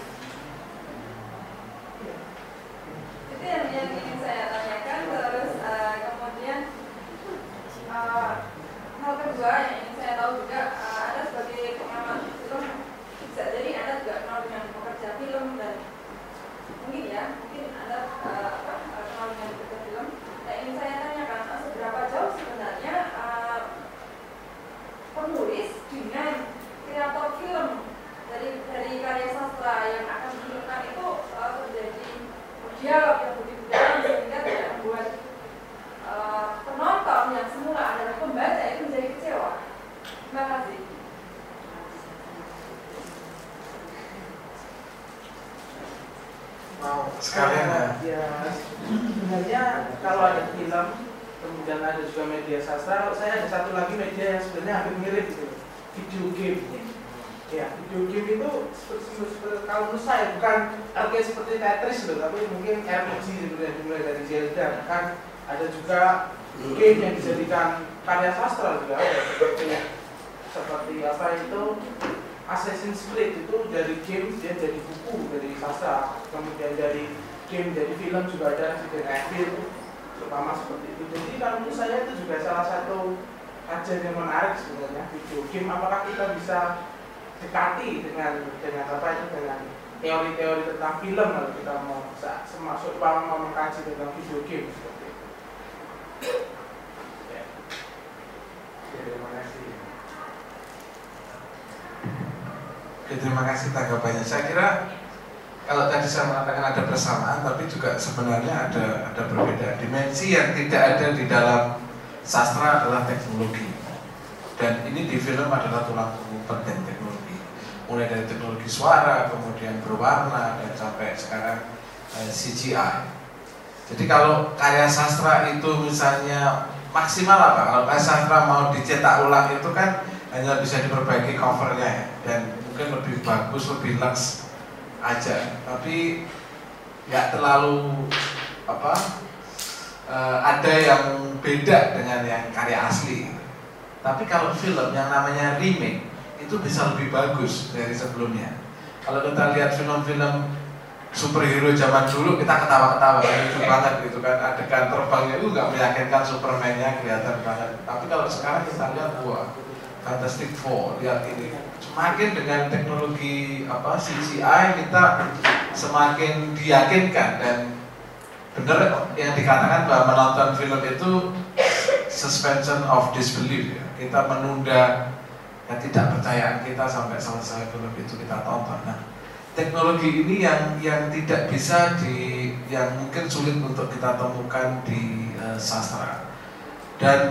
Itu yang ingin saya tanyakan. Terus kemudian hal kedua yang ingin saya tahu juga, Anda sebagai pengamat film bisa jadi Anda juga kenal dengan pekerja film dan mungkin Anda kenal dengan pekerja film. Yang ingin saya tanyakan, seberapa jauh sebenarnya penulis dengan kreator film dari karya sastra yang akan difilmkan itu terjadi dialog yang begitu dalam sehingga tidak membuat penonton yang semula adalah pembaca itu menjadi kecewa. Terima kasih. Mau sekalian ya sebenarnya kalau ada film kemudian ada juga media sastra, kalau saya ada satu lagi media yang sebenarnya hampir mirip gitu, video game. Ya, video game itu seperti kalau menurut saya bukan artinya seperti Tetris loh, tapi mungkin RPG sebenarnya dimulai dari Zelda. Kan ada juga game yang dijadikan karya sastra juga ada, seperti apa itu Assassin's Creed itu dari game dia jadi buku dari sastra, kemudian dari game jadi film juga ada Resident Evil terutama seperti itu. Jadi kalau menurut saya itu juga salah satu kajian yang menarik sebenarnya video game. Apakah kita bisa dekati dengan apa itu dengan teori-teori tentang film kalau kita mau masuk mau mengkaji tentang video game seperti itu. Ya. Terima kasih. Terima kasih tanggapannya. Saya kira kalau tadi saya mengatakan ada persamaan, tapi juga sebenarnya ada perbedaan. Dimensi yang tidak ada di dalam sastra adalah teknologi, dan ini di film adalah tulang punggung penting teknologi. Mulai dari teknologi suara, kemudian berwarna, dan sampai sekarang CGI. Jadi kalau karya sastra itu misalnya maksimal apa? Kalau karya sastra mau dicetak ulang itu kan hanya bisa diperbaiki covernya ya, dan mungkin lebih bagus, lebih lux aja, tapi nggak terlalu ada yang beda dengan yang karya asli. Tapi kalau film yang namanya remake itu bisa lebih bagus dari sebelumnya. Kalau kita lihat film-film superhero zaman dulu kita ketawa-ketawa, lucu banget gitu kan, adegan terbangnya itu nggak meyakinkan, Superman-nya kelihatan banget. Tapi kalau sekarang kita lihat, wah, Fantastic Four, lihat ini. Semakin dengan teknologi CGI kita semakin diyakinkan, dan benar yang dikatakan bahwa menonton film itu suspension of disbelief ya. Kita menunda ketidakpercayaan kita sampai selesai film itu kita tonton. Nah, teknologi ini yang tidak bisa yang mungkin sulit untuk kita temukan di sastra. Dan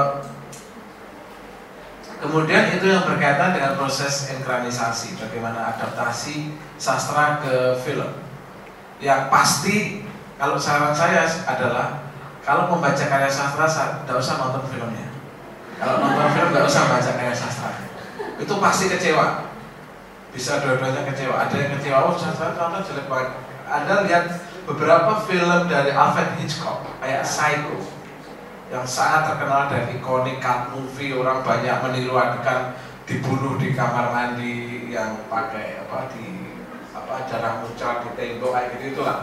kemudian itu yang berkaitan dengan proses enkranisasi, bagaimana adaptasi sastra ke film. Yang pasti, kalau saran saya adalah kalau membaca karya sastra, tidak usah nonton filmnya. Kalau nonton film, tidak usah baca karya sastra. Itu pasti kecewa. Bisa dua-duanya kecewa. Ada yang kecewa, oh sastra nonton jelek banget. Anda lihat beberapa film dari Alfred Hitchcock, kayak Psycho, yang sangat terkenal dan ikonik cult movie, orang banyak meniru adegan dibunuh di kamar mandi yang pakai darah muncrat di tembok kayak gitu, itulah.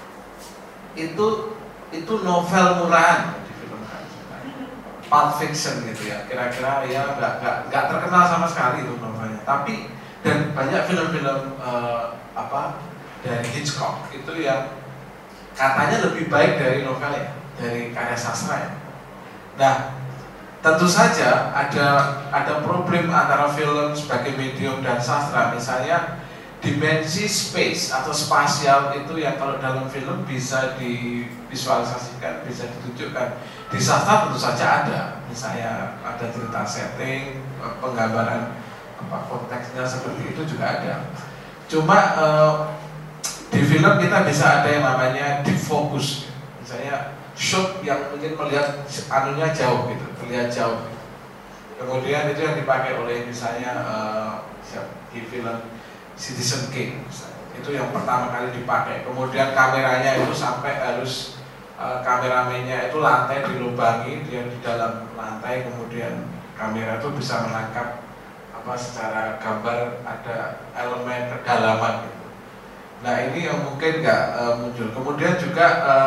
Itu novel murahan difilmkan, Pulp Fiction gitu ya, kira-kira ya nggak terkenal sama sekali itu novelnya. Tapi dan banyak film-film dari Hitchcock itu yang katanya lebih baik dari novelnya, dari karya sastra ya. Nah, tentu saja ada problem antara film sebagai medium dan sastra. Misalnya dimensi space atau spasial itu yang kalau dalam film bisa divisualisasikan, bisa ditunjukkan. Di sastra tentu saja ada, misalnya ada cerita setting, penggambaran konteksnya seperti itu juga ada. Cuma di film kita bisa ada yang namanya deep focus, misalnya shot yang mungkin melihat anunya jauh gitu, terlihat jauh. Kemudian itu yang dipakai oleh misalnya di film Citizen Kane, itu yang pertama kali dipakai. Kemudian kameranya itu sampai harus kameramennya itu lantai dilubangi, dia di dalam lantai, kemudian kamera itu bisa menangkap secara gambar ada elemen kedalaman gitu. Nah ini yang mungkin nggak muncul. Kemudian juga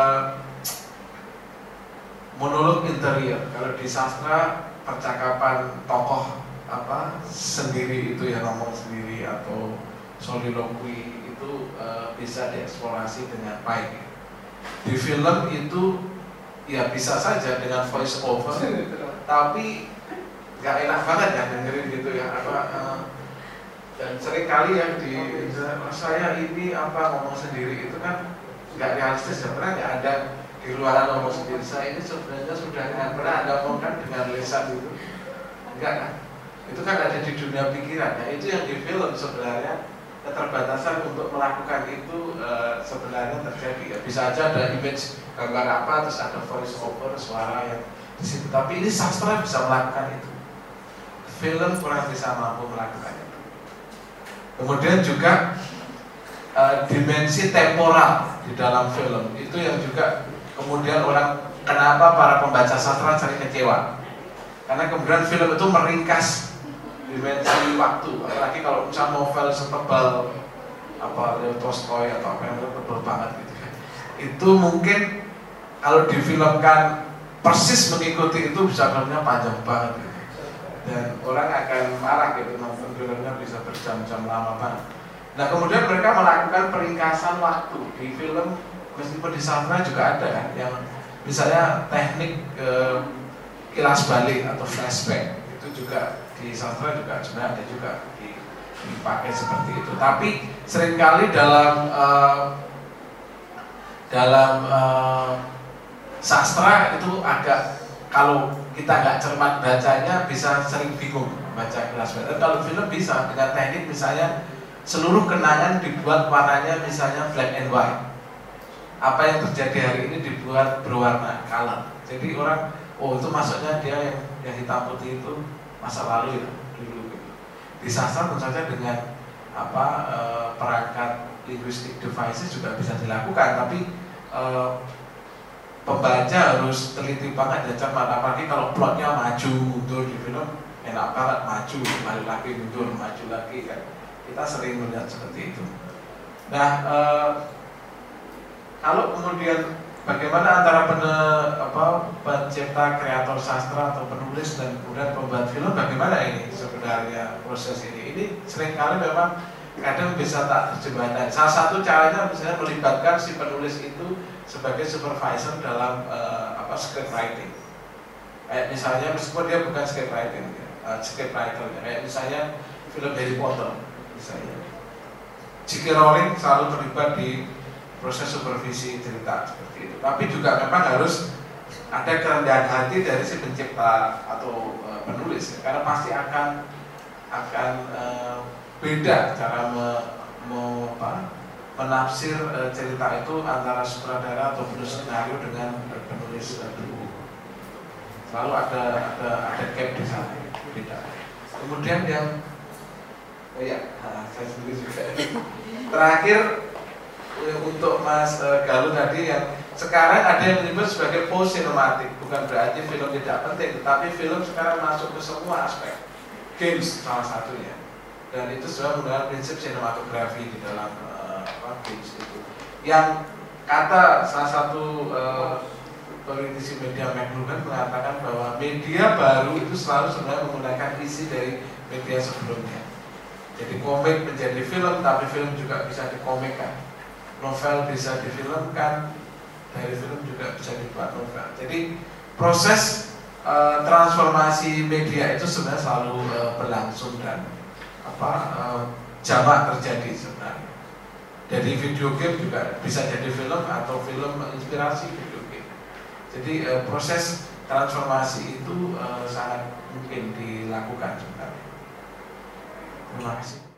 monolog interior. Kalau di sastra percakapan tokoh sendiri itu yang ngomong sendiri atau soliloquy itu bisa dieksplorasi dengan baik. Di film itu ya bisa saja dengan voice over, tapi nggak enak banget ya dengerin gitu ya dan sering kali ya di saya ini ngomong sendiri itu kan nggak realistis ya, pernah nggak ada di luaran ngomong sendiri. Saya ini sebenarnya sudah pernah Anda ngomongkan dengan lisan itu, enggak kan? Itu kan ada di dunia pikiran. Nah itu yang di film sebenarnya keterbatasan untuk melakukan itu sebenarnya terjadi ya. Bisa aja ada image gambar terus ada voice over suara yang di situ. Tapi ini sastra bisa melakukan itu. Film kurang bisa mampu melakukan itu. Kemudian juga dimensi temporal di dalam film itu yang juga kemudian orang kenapa para pembaca sastra sering kecewa, karena kemudian film itu meringkas dimensi waktu, apalagi kalau misalnya novel setebal Leo Tolstoy atau yang tebal banget gitu kan. Itu mungkin kalau difilmkan persis mengikuti itu bisa filmnya panjang banget gitu. Dan orang akan marah gitu, nonton filmnya bisa berjam-jam lama banget. Nah kemudian mereka melakukan peringkasan waktu di film, meskipun di sastra juga ada kan, yang misalnya teknik kilas balik atau flashback itu juga di sastra juga sebenarnya ada juga dipakai seperti itu. Tapi seringkali dalam sastra itu agak, kalau kita nggak cermat bacanya bisa sering bingung baca kilas balik. Kalau film bisa dengan teknik misalnya seluruh kenangan dibuat warnanya misalnya black and white. Apa yang terjadi hari ini dibuat berwarna color. Jadi orang, oh itu maksudnya dia yang hitam putih itu masa lalu ya dulu gitu. Di sastra tentu saja dengan perangkat linguistic devices juga bisa dilakukan, tapi pembaca harus teliti banget dan cermat, apalagi kalau plotnya maju mundur di film enak banget, maju balik lagi mundur maju lagi kan, kita sering melihat seperti itu. Nah kalau kemudian bagaimana antara pencipta, kreator sastra atau penulis dan kemudian pembuat film, bagaimana ini sebenarnya proses ini? Ini seringkali memang kadang bisa tak terjemahkan. Salah satu caranya misalnya melibatkan si penulis itu sebagai supervisor dalam script writing. Kayak misalnya meskipun dia bukan script writing, script writer, kayak misalnya film Harry Potter, misalnya J.K. Rowling selalu terlibat di proses supervisi cerita seperti itu. Tapi juga memang harus ada kerendahan hati dari si pencipta atau penulis, karena pasti akan beda cara menafsir cerita itu antara sutradara atau penulis skenario dengan penulis buku. Selalu ada gap di sana, beda. Kemudian yang saya sendiri juga. Terakhir untuk Mas Galuh tadi, yang sekarang ada yang menyebut sebagai post sinematik, bukan berarti film tidak penting, tetapi film sekarang masuk ke semua aspek. Games salah satunya, dan itu sudah menggunakan prinsip sinematografi di dalam games itu. Yang kata salah satu politisi media McLuhan mengatakan bahwa media baru itu selalu sebenarnya menggunakan isi dari media sebelumnya. Jadi komik menjadi film, tapi film juga bisa dikomikkan. Novel bisa difilmkan, dari film juga bisa dibuat novel. Jadi proses transformasi media itu sebenarnya selalu berlangsung dan jamak terjadi sebenarnya. Dari video game juga bisa jadi film atau film inspirasi video game. Jadi proses transformasi itu sangat mungkin dilakukan sebenarnya. Terima kasih.